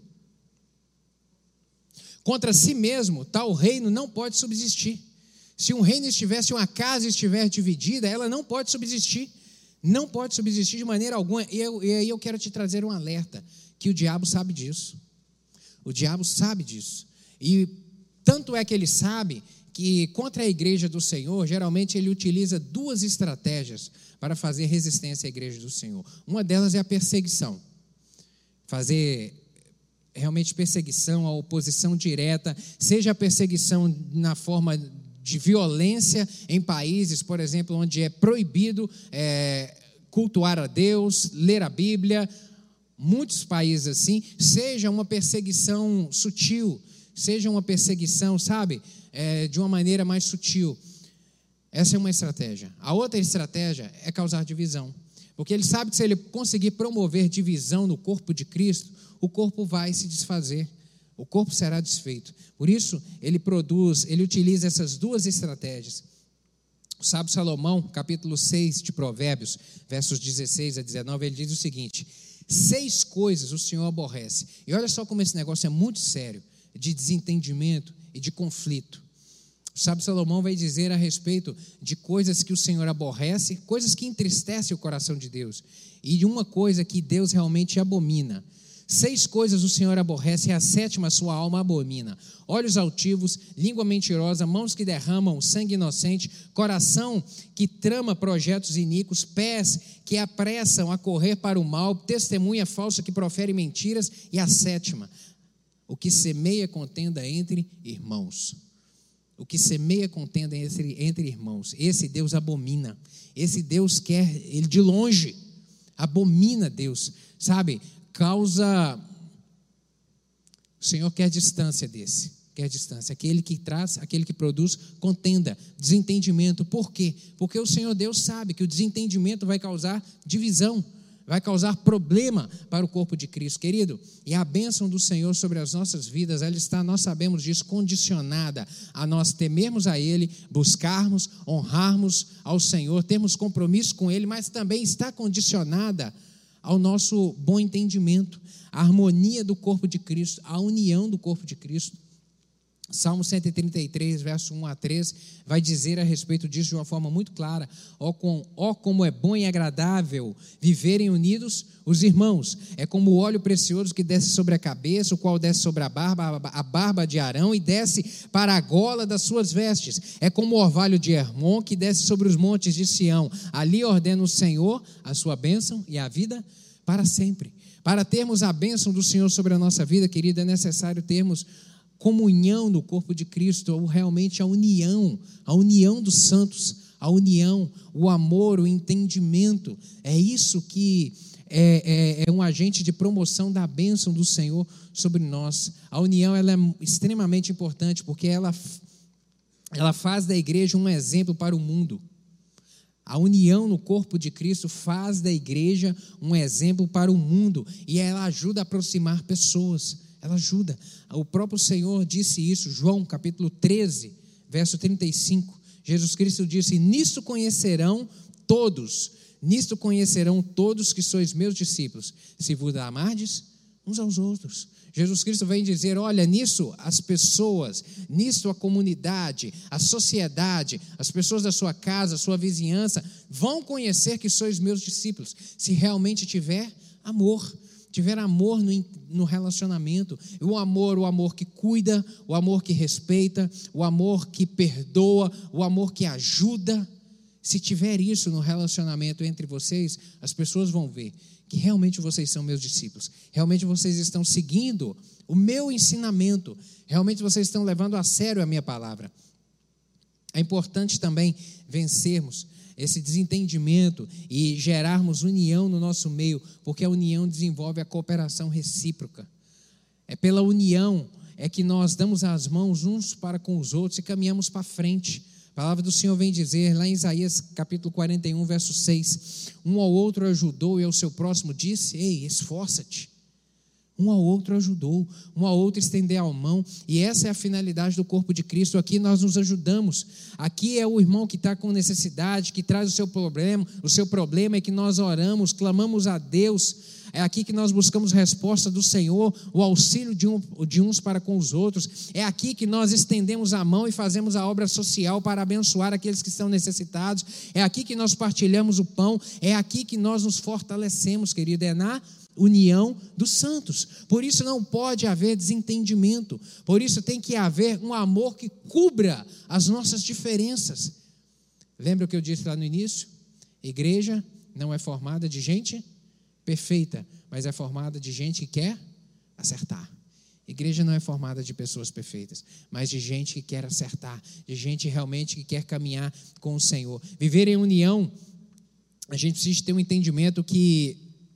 contra si mesmo, tal reino não pode subsistir. Se um reino estiver, se uma casa estiver dividida, ela não pode subsistir, não pode subsistir de maneira alguma. E, eu, e aí eu quero te trazer um alerta, que o diabo sabe disso. O diabo sabe disso. E tanto é que ele sabe que contra a igreja do Senhor, geralmente ele utiliza duas estratégias para fazer resistência à igreja do Senhor. Uma delas é a perseguição. Fazer realmente perseguição, a oposição direta, seja a perseguição na forma de violência em países, por exemplo, onde é proibido é, cultuar a Deus, ler a Bíblia, muitos países assim, seja uma perseguição sutil, seja uma perseguição, sabe, é, de uma maneira mais sutil. Essa é uma estratégia. A outra estratégia é causar divisão, porque ele sabe que se ele conseguir promover divisão no corpo de Cristo, o corpo vai se desfazer, o corpo será desfeito. Por isso, ele produz, ele utiliza essas duas estratégias. O sábio Salomão, capítulo seis de Provérbios, versos dezesseis a dezenove, ele diz o seguinte: seis coisas o Senhor aborrece. E olha só como esse negócio é muito sério, de desentendimento e de conflito. O sábio Salomão vai dizer a respeito de coisas que o Senhor aborrece, coisas que entristecem o coração de Deus, e de uma coisa que Deus realmente abomina. Seis coisas o Senhor aborrece, e a sétima a sua alma abomina: olhos altivos, língua mentirosa, mãos que derramam sangue inocente, coração que trama projetos iníquos, pés que apressam a correr para o mal, testemunha falsa que profere mentiras, e a sétima, o que semeia contenda entre irmãos. O que semeia contenda entre, entre irmãos. Esse Deus abomina. Esse Deus quer, ele de longe abomina Deus, sabe? Causa, o Senhor quer distância desse, quer distância, aquele que traz, aquele que produz contenda, desentendimento. Por quê? Porque o Senhor Deus sabe que o desentendimento vai causar divisão, vai causar problema para o corpo de Cristo, querido. E a bênção do Senhor sobre as nossas vidas, ela está, nós sabemos disso, condicionada a nós temermos a Ele, buscarmos, honrarmos ao Senhor, termos compromisso com Ele, mas também está condicionada ao nosso bom entendimento, a harmonia do corpo de Cristo, a união do corpo de Cristo. Salmo cento e trinta e três, verso um a três, vai dizer a respeito disso de uma forma muito clara: ó, com, ó como é bom e agradável viverem unidos os irmãos, é como o óleo precioso que desce sobre a cabeça, o qual desce sobre a barba, a barba de Arão, e desce para a gola das suas vestes, é como o orvalho de Hermon que desce sobre os montes de Sião, ali ordena o Senhor a sua bênção e a vida para sempre. Para termos a bênção do Senhor sobre a nossa vida, querida, é necessário termos comunhão no corpo de Cristo, ou realmente a união, a união dos santos, a união, o amor, o entendimento. É isso que é, é, é um agente de promoção da bênção do Senhor sobre nós. A união, ela é extremamente importante, porque ela, ela faz da igreja um exemplo para o mundo. A união no corpo de Cristo faz da igreja um exemplo para o mundo, e ela ajuda a aproximar pessoas. Ela ajuda. O próprio Senhor disse isso, João capítulo treze, verso trinta e cinco. Jesus Cristo disse: nisto conhecerão todos, nisto conhecerão todos que sois meus discípulos, se vos amardes uns aos outros. Jesus Cristo vem dizer: olha, nisso as pessoas, nisso a comunidade, a sociedade, as pessoas da sua casa, sua vizinhança, vão conhecer que sois meus discípulos, se realmente tiver amor. Tiver amor no, no relacionamento, o amor, o amor que cuida, o amor que respeita, o amor que perdoa, o amor que ajuda. Se tiver isso no relacionamento entre vocês, as pessoas vão ver que realmente vocês são meus discípulos, realmente vocês estão seguindo o meu ensinamento, realmente vocês estão levando a sério a minha palavra. É importante também vencermos esse desentendimento e gerarmos união no nosso meio, porque a união desenvolve a cooperação recíproca. É pela união é que nós damos as mãos uns para com os outros e caminhamos para frente. A palavra do Senhor vem dizer, lá em Isaías capítulo quarenta e um, verso seis, um ao outro ajudou e ao seu próximo disse: ei, esforça-te. Um ao outro ajudou, um ao outro estender a mão, e essa é a finalidade do corpo de Cristo. Aqui nós nos ajudamos, aqui é o irmão que está com necessidade, que traz o seu problema, o seu problema é que nós oramos, clamamos a Deus, é aqui que nós buscamos resposta do Senhor, o auxílio de, um, de uns para com os outros, é aqui que nós estendemos a mão e fazemos a obra social para abençoar aqueles que estão necessitados, é aqui que nós partilhamos o pão, é aqui que nós nos fortalecemos, querido, é na união dos santos. Por isso não pode haver desentendimento, por isso tem que haver um amor que cubra as nossas diferenças. Lembra o que eu disse lá no início? Igreja não é formada de gente perfeita, mas é formada de gente que quer acertar. Igreja não é formada de pessoas perfeitas, mas de gente que quer acertar, de gente realmente que quer caminhar com o Senhor. Viver em união, a gente precisa ter um entendimento que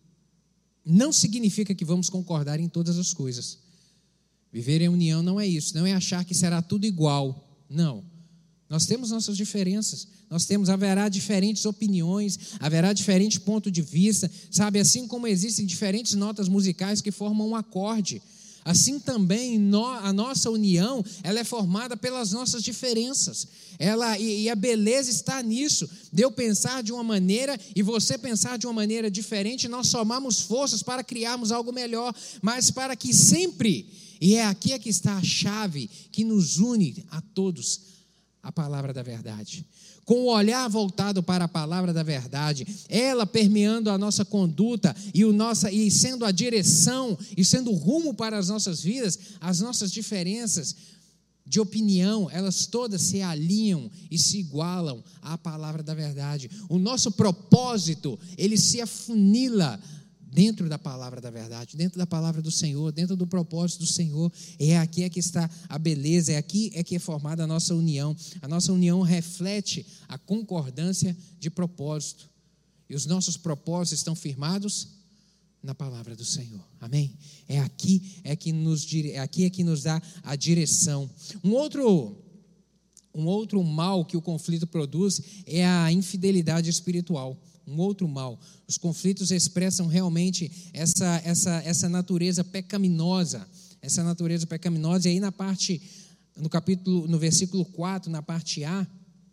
não significa que vamos concordar em todas as coisas. Viver em união não é isso, não é achar que será tudo igual. Não. Nós temos nossas diferenças, nós temos, haverá diferentes opiniões, haverá diferente ponto de vista, sabe? Assim como existem diferentes notas musicais que formam um acorde. Assim também no, a nossa união, ela é formada pelas nossas diferenças. Ela, e, e a beleza está nisso, de eu pensar de uma maneira e você pensar de uma maneira diferente, nós somamos forças para criarmos algo melhor, mas para que sempre, e é aqui é que está a chave que nos une a todos, a palavra da verdade. Com o olhar voltado para a palavra da verdade, ela permeando a nossa conduta e, o nossa, e sendo a direção e sendo o rumo para as nossas vidas, as nossas diferenças de opinião, elas todas se alinham e se igualam à palavra da verdade. O nosso propósito, ele se afunila dentro da palavra da verdade, dentro da palavra do Senhor, dentro do propósito do Senhor. É aqui é que está a beleza, é aqui é que é formada a nossa união. A nossa união reflete a concordância de propósito. E os nossos propósitos estão firmados na palavra do Senhor. Amém? É aqui é que nos, é aqui é que nos dá a direção. Um outro, um outro mal que o conflito produz é a infidelidade espiritual. Um outro mal. Os conflitos expressam realmente essa, essa, essa natureza pecaminosa, essa natureza pecaminosa. E aí na parte, no capítulo, no versículo quatro, na parte A,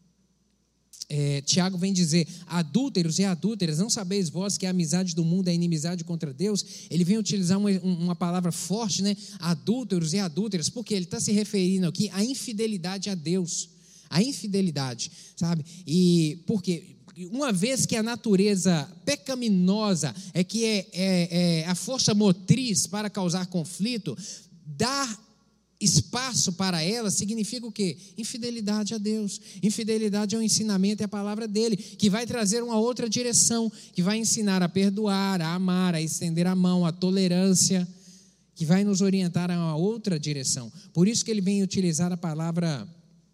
é, Tiago vem dizer: adúlteros e adúlteras, não sabeis vós que a amizade do mundo é inimizade contra Deus? Ele vem utilizar uma, uma palavra forte, né? Adúlteros e adúlteras, porque ele está se referindo aqui à infidelidade a Deus, a infidelidade, sabe? E por quê? Uma vez que a natureza pecaminosa é que é, é, é a força motriz para causar conflito, dar espaço para ela significa o quê? Infidelidade a Deus. Infidelidade ao ensinamento e à palavra dele, que vai trazer uma outra direção, que vai ensinar a perdoar, a amar, a estender a mão, a tolerância, que vai nos orientar a uma outra direção. Por isso que ele vem utilizar a palavra...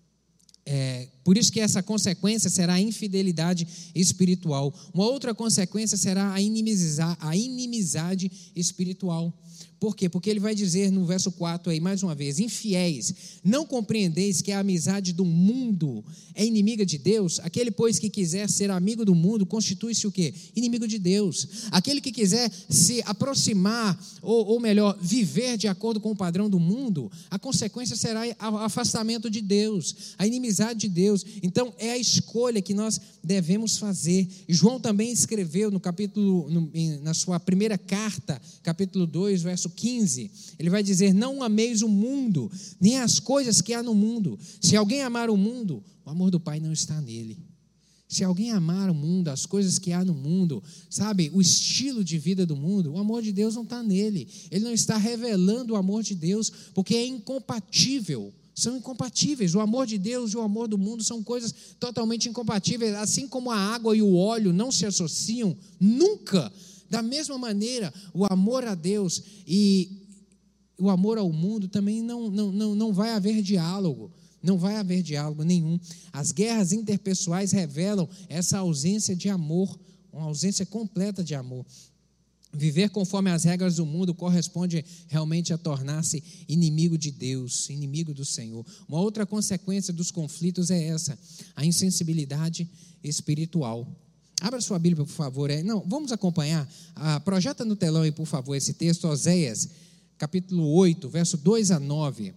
É, por isso que essa consequência será a infidelidade espiritual. Uma outra consequência será a inimizade, a inimizade espiritual. Por quê? Porque ele vai dizer no verso quatro aí, mais uma vez: infiéis, não compreendeis que a amizade do mundo é inimiga de Deus? Aquele, pois, que quiser ser amigo do mundo, constitui-se o quê? Inimigo de Deus. Aquele que quiser se aproximar, ou, ou melhor, viver de acordo com o padrão do mundo, a consequência será o afastamento de Deus, a inimizade de Deus. Então, é a escolha que nós devemos fazer. João também escreveu no capítulo, no, na sua primeira carta, capítulo dois, verso quinze, ele vai dizer: não ameis o mundo, nem as coisas que há no mundo. Se alguém amar o mundo, o amor do Pai não está nele. Se alguém amar o mundo, as coisas que há no mundo, sabe, o estilo de vida do mundo, o amor de Deus não está nele. Ele não está revelando o amor de Deus, porque é incompatível. São incompatíveis. O amor de Deus e o amor do mundo são coisas totalmente incompatíveis. Assim como a água e o óleo não se associam nunca. Da mesma maneira, o amor a Deus e o amor ao mundo também não, não, não, não vai haver diálogo. Não vai haver diálogo nenhum. As guerras interpessoais revelam essa ausência de amor, uma ausência completa de amor. Viver conforme as regras do mundo corresponde realmente a tornar-se inimigo de Deus, inimigo do Senhor. Uma outra consequência dos conflitos é essa: a insensibilidade espiritual. Abra sua Bíblia, por favor. É, não, vamos acompanhar. Ah, projeta no telão aí, por favor, esse texto, Oséias, capítulo oito, verso dois a nove.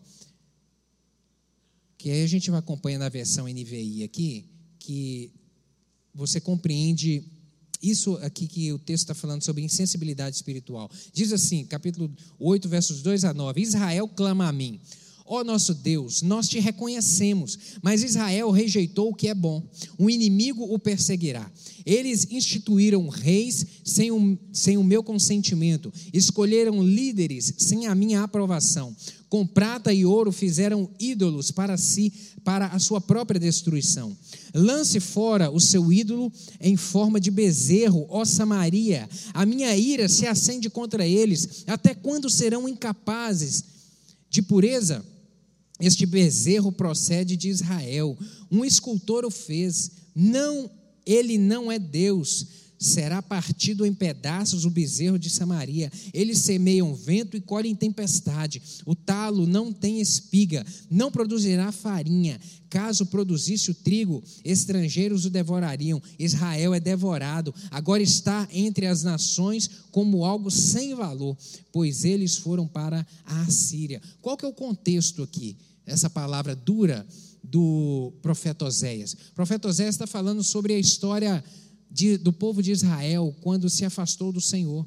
Que aí a gente vai acompanhando a versão N V I aqui, que você compreende isso aqui que o texto está falando sobre insensibilidade espiritual. Diz assim, capítulo oito, versos dois a nove: Israel clama a mim: ó nosso Deus, nós te reconhecemos, mas Israel rejeitou o que é bom, o inimigo o perseguirá. Eles instituíram reis sem o, sem o meu consentimento, escolheram líderes sem a minha aprovação. Com prata e ouro fizeram ídolos para si, para a sua própria destruição. Lance fora o seu ídolo em forma de bezerro, ó Samaria. A minha ira se acende contra eles. Até quando serão incapazes de pureza? Este bezerro procede de Israel. Um escultor o fez. Não, ele não é Deus. será partido em pedaços o bezerro de Samaria. Eles semeiam vento e colhem tempestade. O talo não tem espiga, não produzirá farinha. Caso produzisse o trigo, estrangeiros o devorariam. Israel é devorado, agora está entre as nações como algo sem valor, pois eles foram para a Assíria. Qual que é o contexto aqui? Essa palavra dura do profeta Oséias. O profeta Oséias está falando sobre a história de, do povo de Israel quando se afastou do Senhor.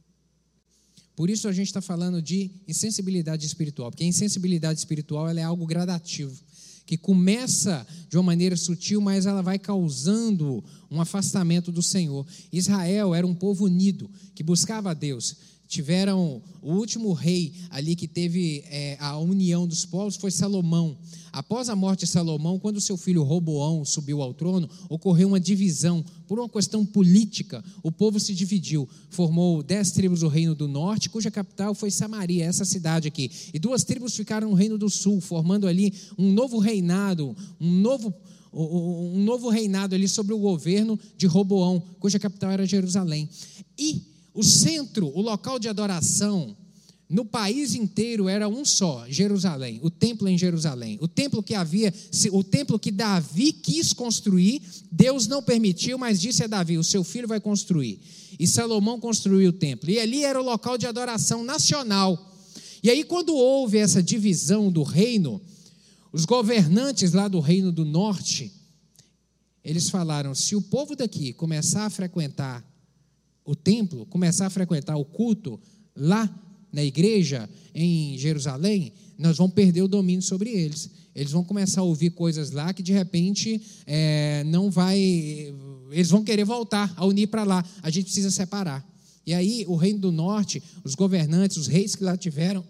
Por isso a gente está falando de insensibilidade espiritual, porque a insensibilidade espiritual ela é algo gradativo, que começa de uma maneira sutil, mas ela vai causando um afastamento do Senhor. Israel era um povo unido, que buscava a Deus. Tiveram o último rei ali que teve é, a união dos povos foi Salomão. Após a morte de Salomão, quando seu filho Roboão subiu ao trono, ocorreu uma divisão. Por uma questão política, o povo se dividiu. Formou dez tribos do reino do norte, cuja capital foi Samaria, essa cidade aqui. E duas tribos ficaram no reino do sul, formando ali um novo reinado, um novo, um novo reinado ali sobre o governo de Roboão, cuja capital era Jerusalém. E o centro, o local de adoração no país inteiro era um só, Jerusalém, o templo em Jerusalém. O templo que havia, o templo que Davi quis construir, Deus não permitiu, mas disse a Davi, o seu filho vai construir. E Salomão construiu o templo. E ali era o local de adoração nacional. E aí quando houve essa divisão do reino, os governantes lá do reino do norte, eles falaram, se o povo daqui começar a frequentar o templo, começar a frequentar o culto lá na igreja em Jerusalém, nós vamos perder o domínio sobre eles. Eles vão começar a ouvir coisas lá que de repente é, não vai, eles vão querer voltar a unir para lá, a gente precisa separar. E aí o reino do norte, os governantes, os reis que lá tiveram,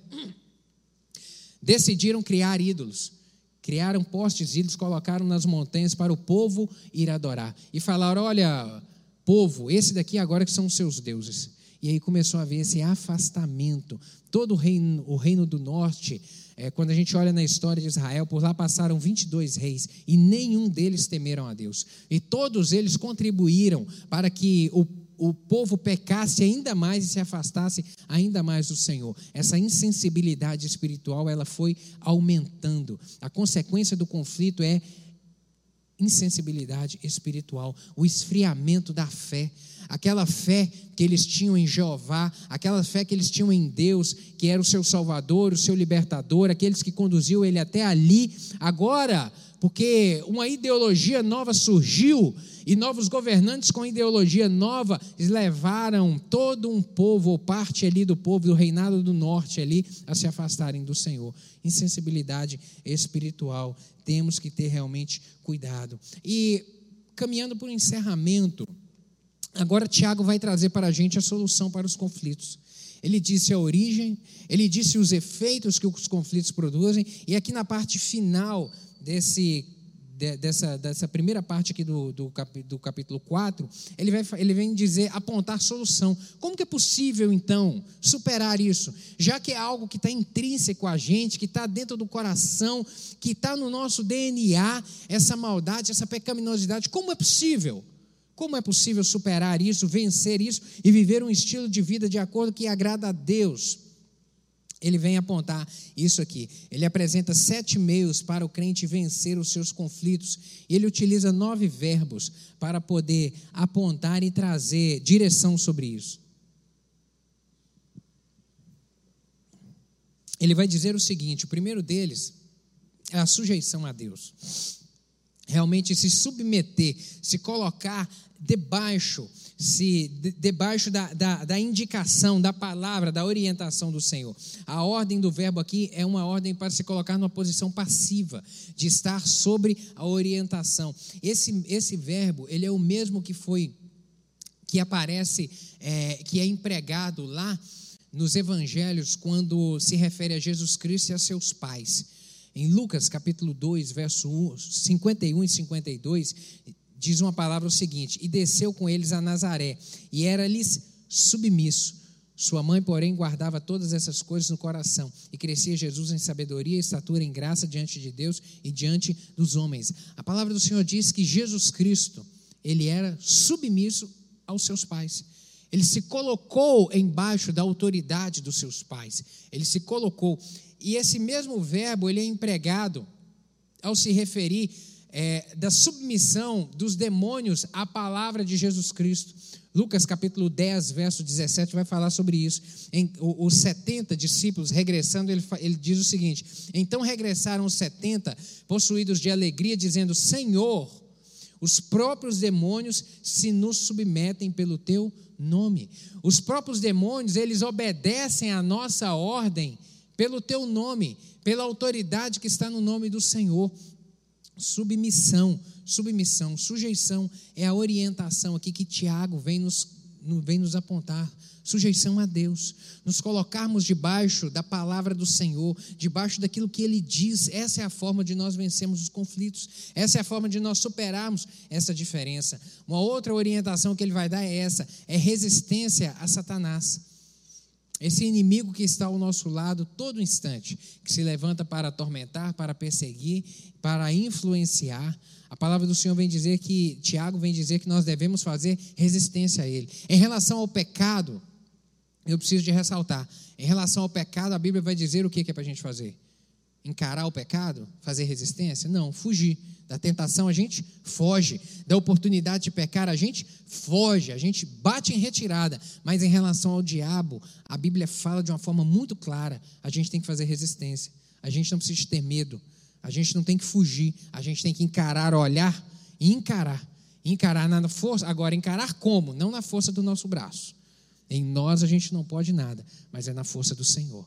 decidiram criar ídolos. Criaram postes ídolos, colocaram nas montanhas para o povo ir adorar. E falaram, olha, povo, esse daqui agora que são os seus deuses. E aí começou a haver esse afastamento. Todo o reino, o reino do norte, é, quando a gente olha na história de Israel, por lá passaram vinte e dois reis, e nenhum deles temeram a Deus. E todos eles contribuíram para que o, o povo pecasse ainda mais e se afastasse ainda mais do Senhor. Essa insensibilidade espiritual, ela foi aumentando. A consequência do conflito é insensibilidade espiritual, o esfriamento da fé, aquela fé que eles tinham em Jeová, aquela fé que eles tinham em Deus, que era o seu Salvador, o seu Libertador, aqueles que conduziu ele até ali. Agora, porque uma ideologia nova surgiu e novos governantes com ideologia nova levaram todo um povo, ou parte ali do povo, do reinado do norte ali, a se afastarem do Senhor. Insensibilidade espiritual, temos que ter realmente cuidado. E caminhando para o encerramento, agora Tiago vai trazer para a gente a solução para os conflitos. Ele disse a origem, ele disse os efeitos que os conflitos produzem, e aqui na parte final desse, de, dessa, dessa primeira parte aqui do, do, cap, do capítulo quatro, ele, vai, ele vem dizer, apontar solução. Como que é possível, então, superar isso? Já que é algo que está intrínseco a gente, que está dentro do coração, que está no nosso D N A, essa maldade, essa pecaminosidade, como é possível? Como é possível superar isso, vencer isso e viver um estilo de vida de acordo que agrada a Deus? Ele vem apontar isso aqui. Ele apresenta sete meios para o crente vencer os seus conflitos. Ele utiliza nove verbos para poder apontar e trazer direção sobre isso. Ele vai dizer o seguinte, o primeiro deles é a sujeição a Deus. Realmente se submeter, se colocar debaixo, se de, debaixo da, da, da indicação, da palavra, da orientação do Senhor. A ordem do verbo aqui é uma ordem para se colocar numa posição passiva, de estar sobre a orientação. Esse, esse verbo, ele é o mesmo que foi, que aparece, é, que é empregado lá nos evangelhos quando se refere a Jesus Cristo e a seus pais. Em Lucas capítulo dois, verso cinquenta e um e cinquenta e dois, diz uma palavra o seguinte: e desceu com eles a Nazaré, e era-lhes submisso. Sua mãe, porém, guardava todas essas coisas no coração, e crescia Jesus em sabedoria e estatura, em graça diante de Deus e diante dos homens. A palavra do Senhor diz que Jesus Cristo, ele era submisso aos seus pais. Ele se colocou embaixo da autoridade dos seus pais. Ele se colocou. E esse mesmo verbo, ele é empregado ao se referir é, da submissão dos demônios à palavra de Jesus Cristo. Lucas capítulo dez, verso dezessete, vai falar sobre isso. Em, os setenta discípulos regressando, ele, ele diz o seguinte: então regressaram os setenta, possuídos de alegria, dizendo: Senhor, os próprios demônios se nos submetem pelo teu nome. Os próprios demônios, eles obedecem à nossa ordem pelo teu nome, pela autoridade que está no nome do Senhor. Submissão, submissão, sujeição é a orientação aqui que Tiago vem nos, vem nos apontar. Sujeição a Deus, nos colocarmos debaixo da palavra do Senhor, debaixo daquilo que Ele diz. Essa é a forma de nós vencermos os conflitos, essa é a forma de nós superarmos essa diferença. Uma outra orientação que Ele vai dar é essa, é resistência a Satanás. Esse inimigo que está ao nosso lado todo instante, que se levanta para atormentar, para perseguir, para influenciar. A palavra do Senhor vem dizer que, Tiago vem dizer que nós devemos fazer resistência a ele. Em relação ao pecado, eu preciso de ressaltar, em relação ao pecado, a Bíblia vai dizer o que é para a gente fazer? Encarar o pecado? Fazer resistência? Não, fugir. Da tentação a gente foge, da oportunidade de pecar a gente foge, a gente bate em retirada. Mas em relação ao diabo, a Bíblia fala de uma forma muito clara: a gente tem que fazer resistência, a gente não precisa ter medo, a gente não tem que fugir, a gente tem que encarar, olhar e encarar, encarar na força. Agora, encarar como? Não na força do nosso braço, em nós a gente não pode nada, mas é na força do Senhor,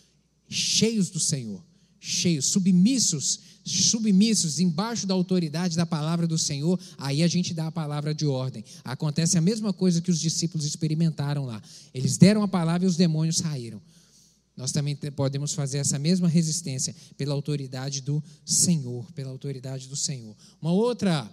cheios do Senhor, cheios, submissos, submissos, embaixo da autoridade da palavra do Senhor. Aí a gente dá a palavra de ordem. Acontece a mesma coisa que os discípulos experimentaram lá. Eles deram a palavra e os demônios saíram. Nós também podemos fazer essa mesma resistência pela autoridade do Senhor, pela autoridade do Senhor. Uma outra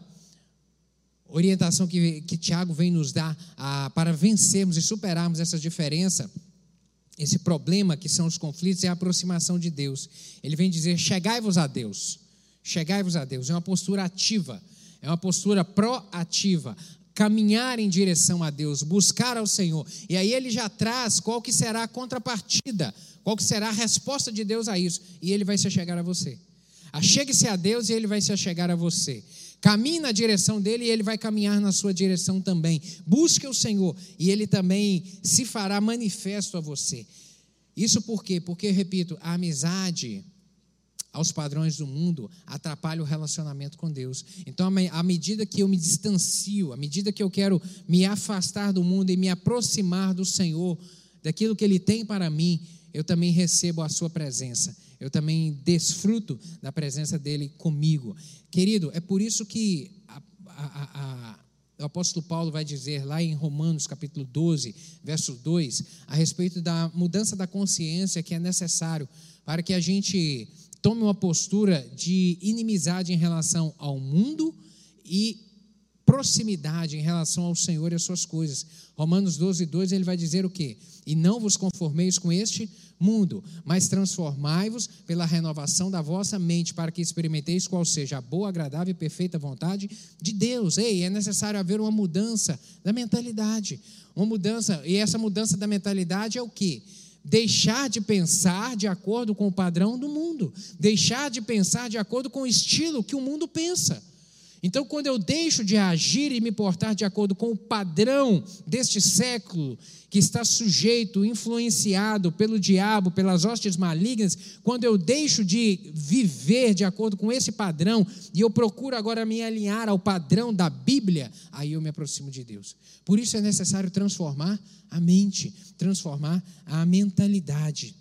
orientação que, que Tiago vem nos dar a, para vencermos e superarmos essa diferença, esse problema que são os conflitos, é a aproximação de Deus. Ele vem dizer: chegai-vos a Deus, chegai-vos a Deus. É uma postura ativa, é uma postura proativa, caminhar em direção a Deus, buscar ao Senhor. E aí ele já traz qual que será a contrapartida, qual que será a resposta de Deus a isso, e ele vai se achegar a você. Achegue-se a Deus e ele vai se achegar a você. Caminhe na direção dele e ele vai caminhar na sua direção também. Busque o Senhor e ele também se fará manifesto a você. Isso por quê? Porque, repito, a amizade aos padrões do mundo atrapalha o relacionamento com Deus. Então, à medida que eu me distancio, à medida que eu quero me afastar do mundo e me aproximar do Senhor, daquilo que Ele tem para mim, eu também recebo a sua presença. Eu também desfruto da presença dEle comigo. Querido, é por isso que a, a, a, o apóstolo Paulo vai dizer lá em Romanos capítulo doze, verso dois, a respeito da mudança da consciência que é necessário para que a gente tome uma postura de inimizade em relação ao mundo e proximidade em relação ao Senhor e às suas coisas. Romanos doze, dois, ele vai dizer o quê? E não vos conformeis com este mundo, mas transformai-vos pela renovação da vossa mente, para que experimenteis qual seja a boa, agradável e perfeita vontade de Deus. Ei, é necessário haver uma mudança da mentalidade, uma mudança, e essa mudança da mentalidade é o quê? Deixar de pensar de acordo com o padrão do mundo, deixar de pensar de acordo com o estilo que o mundo pensa. Então, quando eu deixo de agir e me portar de acordo com o padrão deste século, que está sujeito, influenciado pelo diabo, pelas hostes malignas, quando eu deixo de viver de acordo com esse padrão, e eu procuro agora me alinhar ao padrão da Bíblia, aí eu me aproximo de Deus. Por isso é necessário transformar a mente, transformar a mentalidade.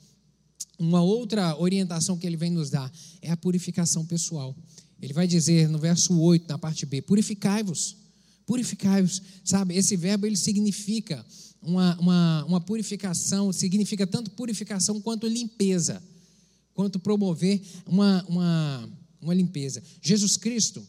Uma outra orientação que ele vem nos dar é a purificação pessoal. Ele vai dizer no verso oito, na parte B, purificai-vos, purificai-vos, sabe, esse verbo ele significa uma, uma, uma purificação, significa tanto purificação quanto limpeza, quanto promover uma, uma, uma limpeza. Jesus Cristo,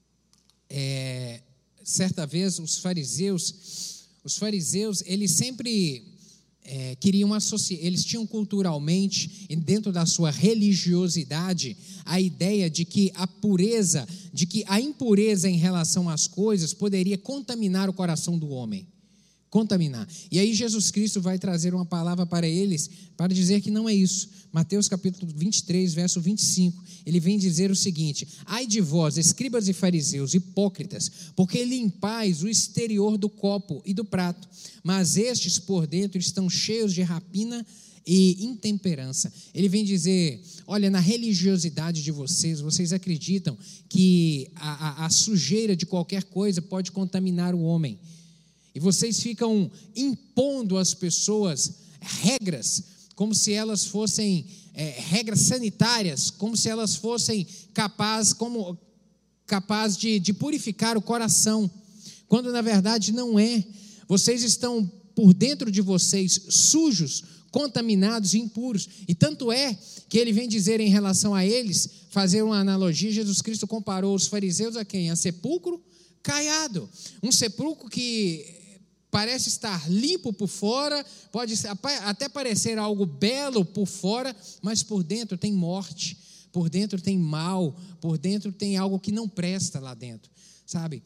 é, certa vez os fariseus, os fariseus, eles sempre... É, queriam associar, eles tinham culturalmente, e dentro da sua religiosidade, a ideia de que a pureza, de que a impureza em relação às coisas poderia contaminar o coração do homem. contaminar. E aí Jesus Cristo vai trazer uma palavra para eles, para dizer que não é isso. Mateus capítulo vinte e três, verso vinte e cinco, ele vem dizer o seguinte: ai de vós, escribas e fariseus, hipócritas, porque limpais o exterior do copo e do prato, mas estes por dentro estão cheios de rapina e intemperança. Ele vem dizer: olha, na religiosidade de vocês, vocês acreditam que a, a, a sujeira de qualquer coisa pode contaminar o homem, e vocês ficam impondo às pessoas regras, como se elas fossem é, regras sanitárias, como se elas fossem capazes como, capaz de, de purificar o coração, quando na verdade não é. Vocês estão por dentro de vocês sujos, contaminados e impuros. E tanto é que ele vem dizer em relação a eles, fazer uma analogia. Jesus Cristo comparou os fariseus a quem? A sepulcro caiado. Um sepulcro que parece estar limpo por fora, pode até parecer algo belo por fora, mas por dentro tem morte, por dentro tem mal, por dentro tem algo que não presta lá dentro, sabe?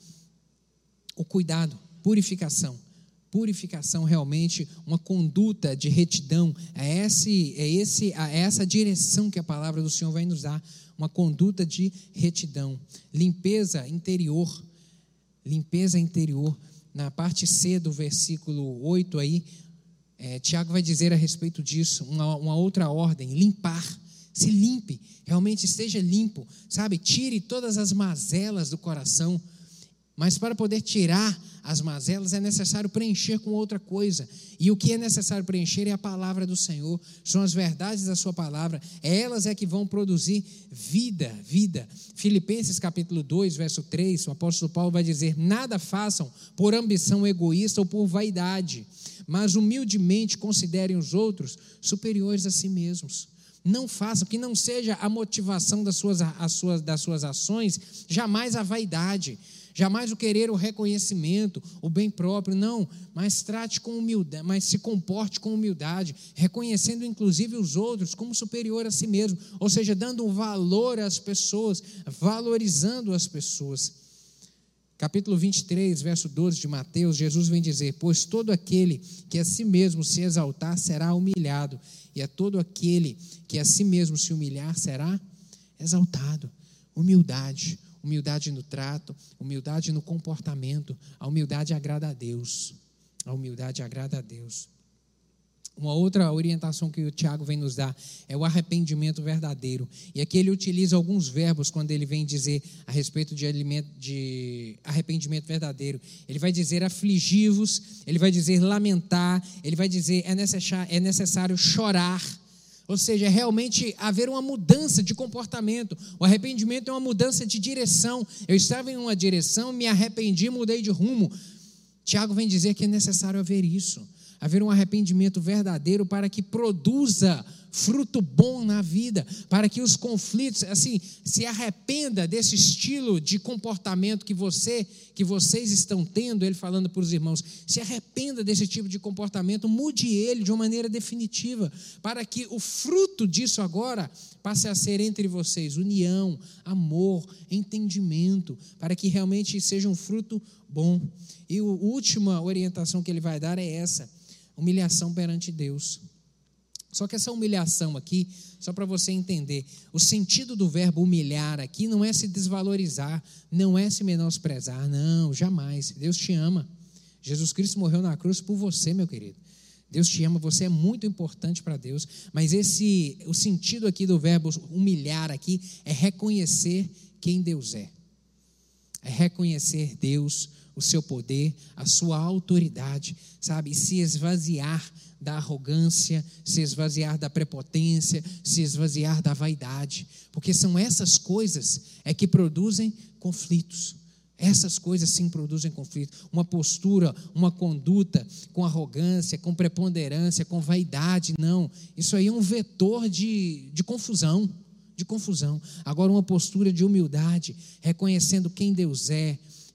O cuidado, purificação. Purificação, realmente, uma conduta de retidão, é, esse, é, esse, é essa direção que a palavra do Senhor vai nos dar, uma conduta de retidão. Limpeza interior, limpeza interior, na parte C do versículo oito aí, é, Tiago vai dizer a respeito disso, uma, uma outra ordem: limpar, se limpe, realmente esteja limpo, sabe, tire todas as mazelas do coração. Mas para poder tirar as mazelas é necessário preencher com outra coisa. E o que é necessário preencher é a palavra do Senhor. São as verdades da sua palavra. Elas é que vão produzir vida, vida. Filipenses capítulo dois, verso três, o apóstolo Paulo vai dizer: nada façam por ambição egoísta ou por vaidade, mas humildemente considerem os outros superiores a si mesmos. Não façam, que não seja a motivação das suas, as suas, das suas ações, jamais a vaidade, jamais o querer o reconhecimento, o bem próprio, não, mas trate com humildade, mas se comporte com humildade, reconhecendo inclusive os outros como superior a si mesmo, ou seja, dando um valor às pessoas, valorizando as pessoas. Capítulo vinte e três, verso doze de Mateus, Jesus vem dizer: pois todo aquele que a si mesmo se exaltar será humilhado, e a todo aquele que a si mesmo se humilhar será exaltado. Humildade, humildade no trato, humildade no comportamento. A humildade agrada a Deus, a humildade agrada a Deus. Uma outra orientação que o Tiago vem nos dar é o arrependimento verdadeiro. E aqui ele utiliza alguns verbos quando ele vem dizer a respeito de, alimento, de arrependimento verdadeiro. Ele vai dizer afligi-vos, ele vai dizer lamentar, ele vai dizer é necessário, é necessário chorar. Ou seja, é realmente haver uma mudança de comportamento. O arrependimento é uma mudança de direção. Eu estava em uma direção, me arrependi, mudei de rumo. Tiago vem dizer que é necessário haver isso. Haver um arrependimento verdadeiro para que produza fruto bom na vida, para que os conflitos, assim, se arrependa desse estilo de comportamento que você, que vocês estão tendo. Ele falando para os irmãos, se arrependa desse tipo de comportamento, mude ele de uma maneira definitiva, para que o fruto disso agora passe a ser entre vocês união, amor, entendimento, para que realmente seja um fruto bom. E a última orientação que ele vai dar é essa: humilhação perante Deus. Só que essa humilhação aqui, só para você entender, o sentido do verbo humilhar aqui não é se desvalorizar, não é se menosprezar, não, jamais. Deus te ama. Jesus Cristo morreu na cruz por você, meu querido. Deus te ama, você é muito importante para Deus, mas esse, o sentido aqui do verbo humilhar aqui é reconhecer quem Deus é. É reconhecer Deus, o seu poder, a sua autoridade, sabe? E se esvaziar da arrogância, se esvaziar da prepotência, se esvaziar da vaidade, porque são essas coisas é que produzem conflitos. Essas coisas sim produzem conflito. Uma postura, uma conduta com arrogância, com preponderância, com vaidade, não. Isso aí é um vetor de, de confusão, de confusão. Agora, uma postura de humildade, reconhecendo quem Deus é,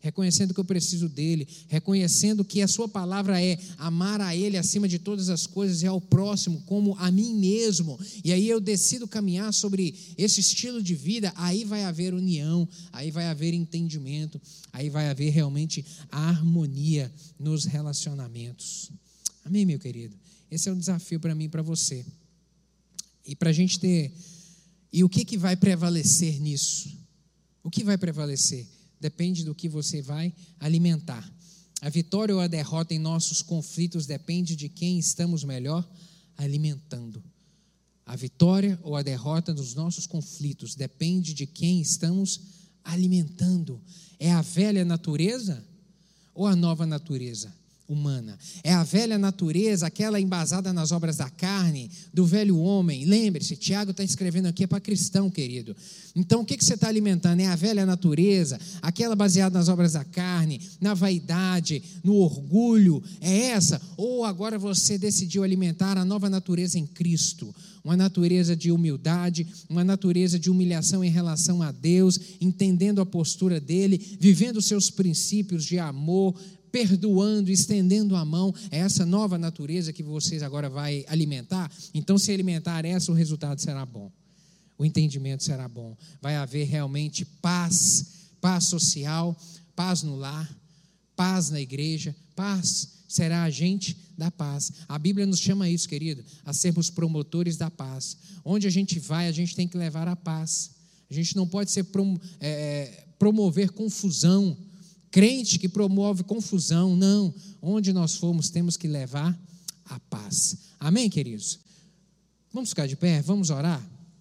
reconhecendo que eu preciso dele, reconhecendo que a sua palavra é amar a ele acima de todas as coisas e ao próximo como a mim mesmo, e aí eu decido caminhar sobre esse estilo de vida, aí vai haver união, aí vai haver entendimento, aí vai haver realmente a harmonia nos relacionamentos. Amém, meu querido? Esse é um desafio para mim e para você. E para a gente ter... E o que, que vai prevalecer nisso? O que vai prevalecer? Depende do que você vai alimentar. A vitória ou a derrota em nossos conflitos depende de quem estamos melhor alimentando. A vitória ou a derrota dos nossos conflitos depende de quem estamos alimentando. É a velha natureza ou a nova natureza humana? É a velha natureza, aquela embasada nas obras da carne, do velho homem. Lembre-se, Tiago está escrevendo aqui, é para cristão, querido. Então, o que, que você está alimentando? É a velha natureza, aquela baseada nas obras da carne, na vaidade, no orgulho, é essa? Ou agora você decidiu alimentar a nova natureza em Cristo, uma natureza de humildade, uma natureza de humilhação em relação a Deus, entendendo a postura dele, vivendo os seus princípios de amor, perdoando, estendendo a mão. É essa nova natureza que vocês agora vai alimentar. Então, se alimentar essa, o resultado será bom, o entendimento será bom, vai haver realmente paz, paz social, paz no lar, paz na igreja, paz, será agente da paz. A Bíblia nos chama isso, querido, a sermos promotores da paz. Onde a gente vai, a gente tem que levar a paz. A gente não pode ser prom- é, promover confusão. Crente que promove confusão, não. Onde nós formos, temos que levar a paz. Amém, queridos? Vamos ficar de pé, vamos orar?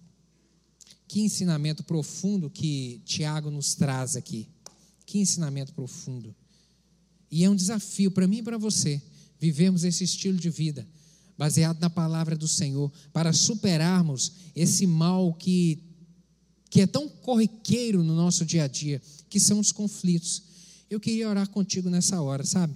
Que ensinamento profundo que Tiago nos traz aqui. Que ensinamento profundo. E é um desafio para mim e para você, vivermos esse estilo de vida, baseado na palavra do Senhor, para superarmos esse mal que, que é tão corriqueiro no nosso dia a dia, que são os conflitos. Eu queria orar contigo nessa hora, sabe?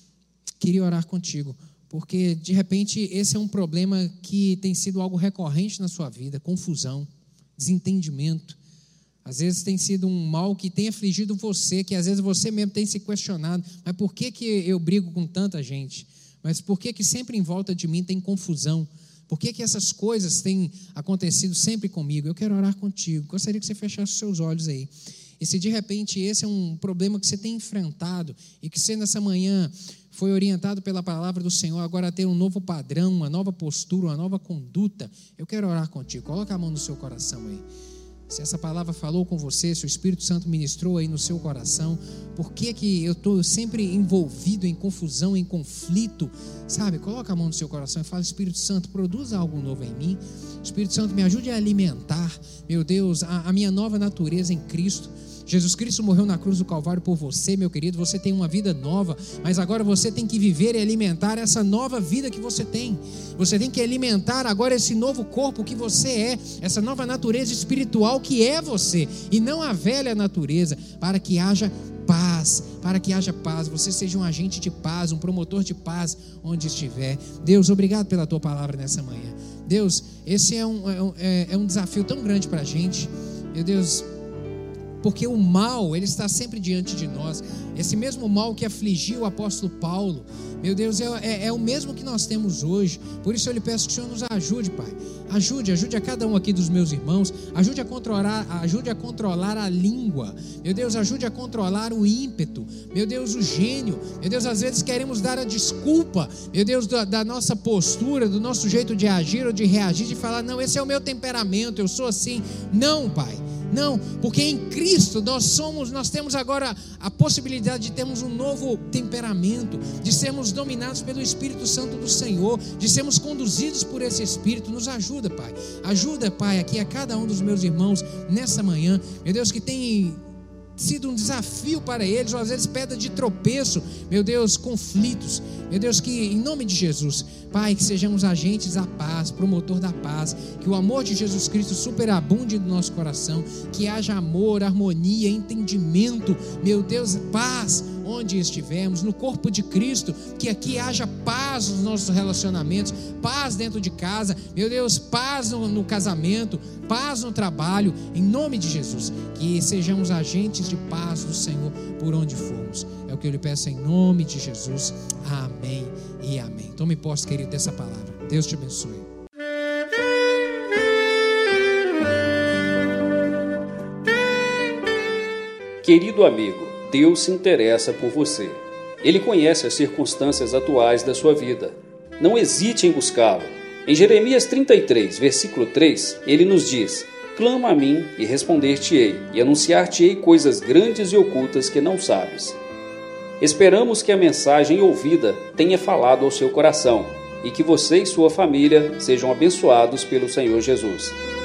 Queria orar contigo, porque de repente esse é um problema que tem sido algo recorrente na sua vida, confusão, desentendimento. Às vezes tem sido um mal que tem afligido você, que às vezes você mesmo tem se questionado, mas por que que eu brigo com tanta gente? Mas por que que sempre em volta de mim tem confusão? Por que que essas coisas têm acontecido sempre comigo? Eu quero orar contigo, gostaria que você fechasse os seus olhos aí. E se de repente esse é um problema que você tem enfrentado e que você nessa manhã foi orientado pela palavra do Senhor agora a ter um novo padrão, uma nova postura, uma nova conduta, eu quero orar contigo. Coloca a mão no seu coração aí. Se essa palavra falou com você, se o Espírito Santo ministrou aí no seu coração, por que que eu estou sempre envolvido em confusão, em conflito, sabe? Coloca a mão no seu coração e fala: Espírito Santo, produza algo novo em mim. Espírito Santo, me ajude a alimentar, meu Deus, a, a minha nova natureza em Cristo. Jesus Cristo morreu na cruz do Calvário por você, meu querido. Você tem uma vida nova, mas agora você tem que viver e alimentar essa nova vida que você tem. Você tem que alimentar agora esse novo corpo que você é, essa nova natureza espiritual que é você, e não a velha natureza, para que haja paz, para que haja paz, você seja um agente de paz, um promotor de paz onde estiver. Deus, obrigado pela tua palavra nessa manhã. Deus, esse é um, é um, é um desafio tão grande para a gente, meu Deus, porque o mal, ele está sempre diante de nós. Esse mesmo mal que afligiu o apóstolo Paulo, meu Deus, é, é, é o mesmo que nós temos hoje. Por isso eu lhe peço que o Senhor nos ajude, Pai. Ajude, ajude a cada um aqui dos meus irmãos. Ajude a controlar, ajude a controlar a língua. Meu Deus, ajude a controlar o ímpeto. Meu Deus, o gênio. Meu Deus, às vezes queremos dar a desculpa, meu Deus, da, da nossa postura, do nosso jeito de agir ou de reagir, de falar: não, esse é o meu temperamento, eu sou assim. Não, Pai. Não, porque em Cristo nós somos, nós temos agora a possibilidade de termos um novo temperamento, de sermos dominados pelo Espírito Santo do Senhor, de sermos conduzidos por esse Espírito. Nos ajuda, Pai. Ajuda, Pai, aqui a cada um dos meus irmãos nessa manhã, meu Deus, que tem sido um desafio para eles, ou às vezes pedra de tropeço, meu Deus, conflitos, meu Deus, que em nome de Jesus, Pai, que sejamos agentes da paz, promotor da paz, que o amor de Jesus Cristo superabunde no nosso coração, que haja amor, harmonia, entendimento, meu Deus, paz, onde estivermos, no corpo de Cristo, que aqui haja paz nos nossos relacionamentos, paz dentro de casa, meu Deus, paz no, no casamento, paz no trabalho, em nome de Jesus, que sejamos agentes de paz do Senhor por onde formos. É o que eu lhe peço em nome de Jesus. Amém e amém. Tome posse, querido, dessa palavra. Deus te abençoe. Querido amigo, Deus se interessa por você. Ele conhece as circunstâncias atuais da sua vida. Não hesite em buscá-lo. Em Jeremias trinta e três, versículo três, ele nos diz: clama a mim e responder-te-ei, e anunciar-te-ei coisas grandes e ocultas que não sabes. Esperamos que a mensagem ouvida tenha falado ao seu coração e que você e sua família sejam abençoados pelo Senhor Jesus.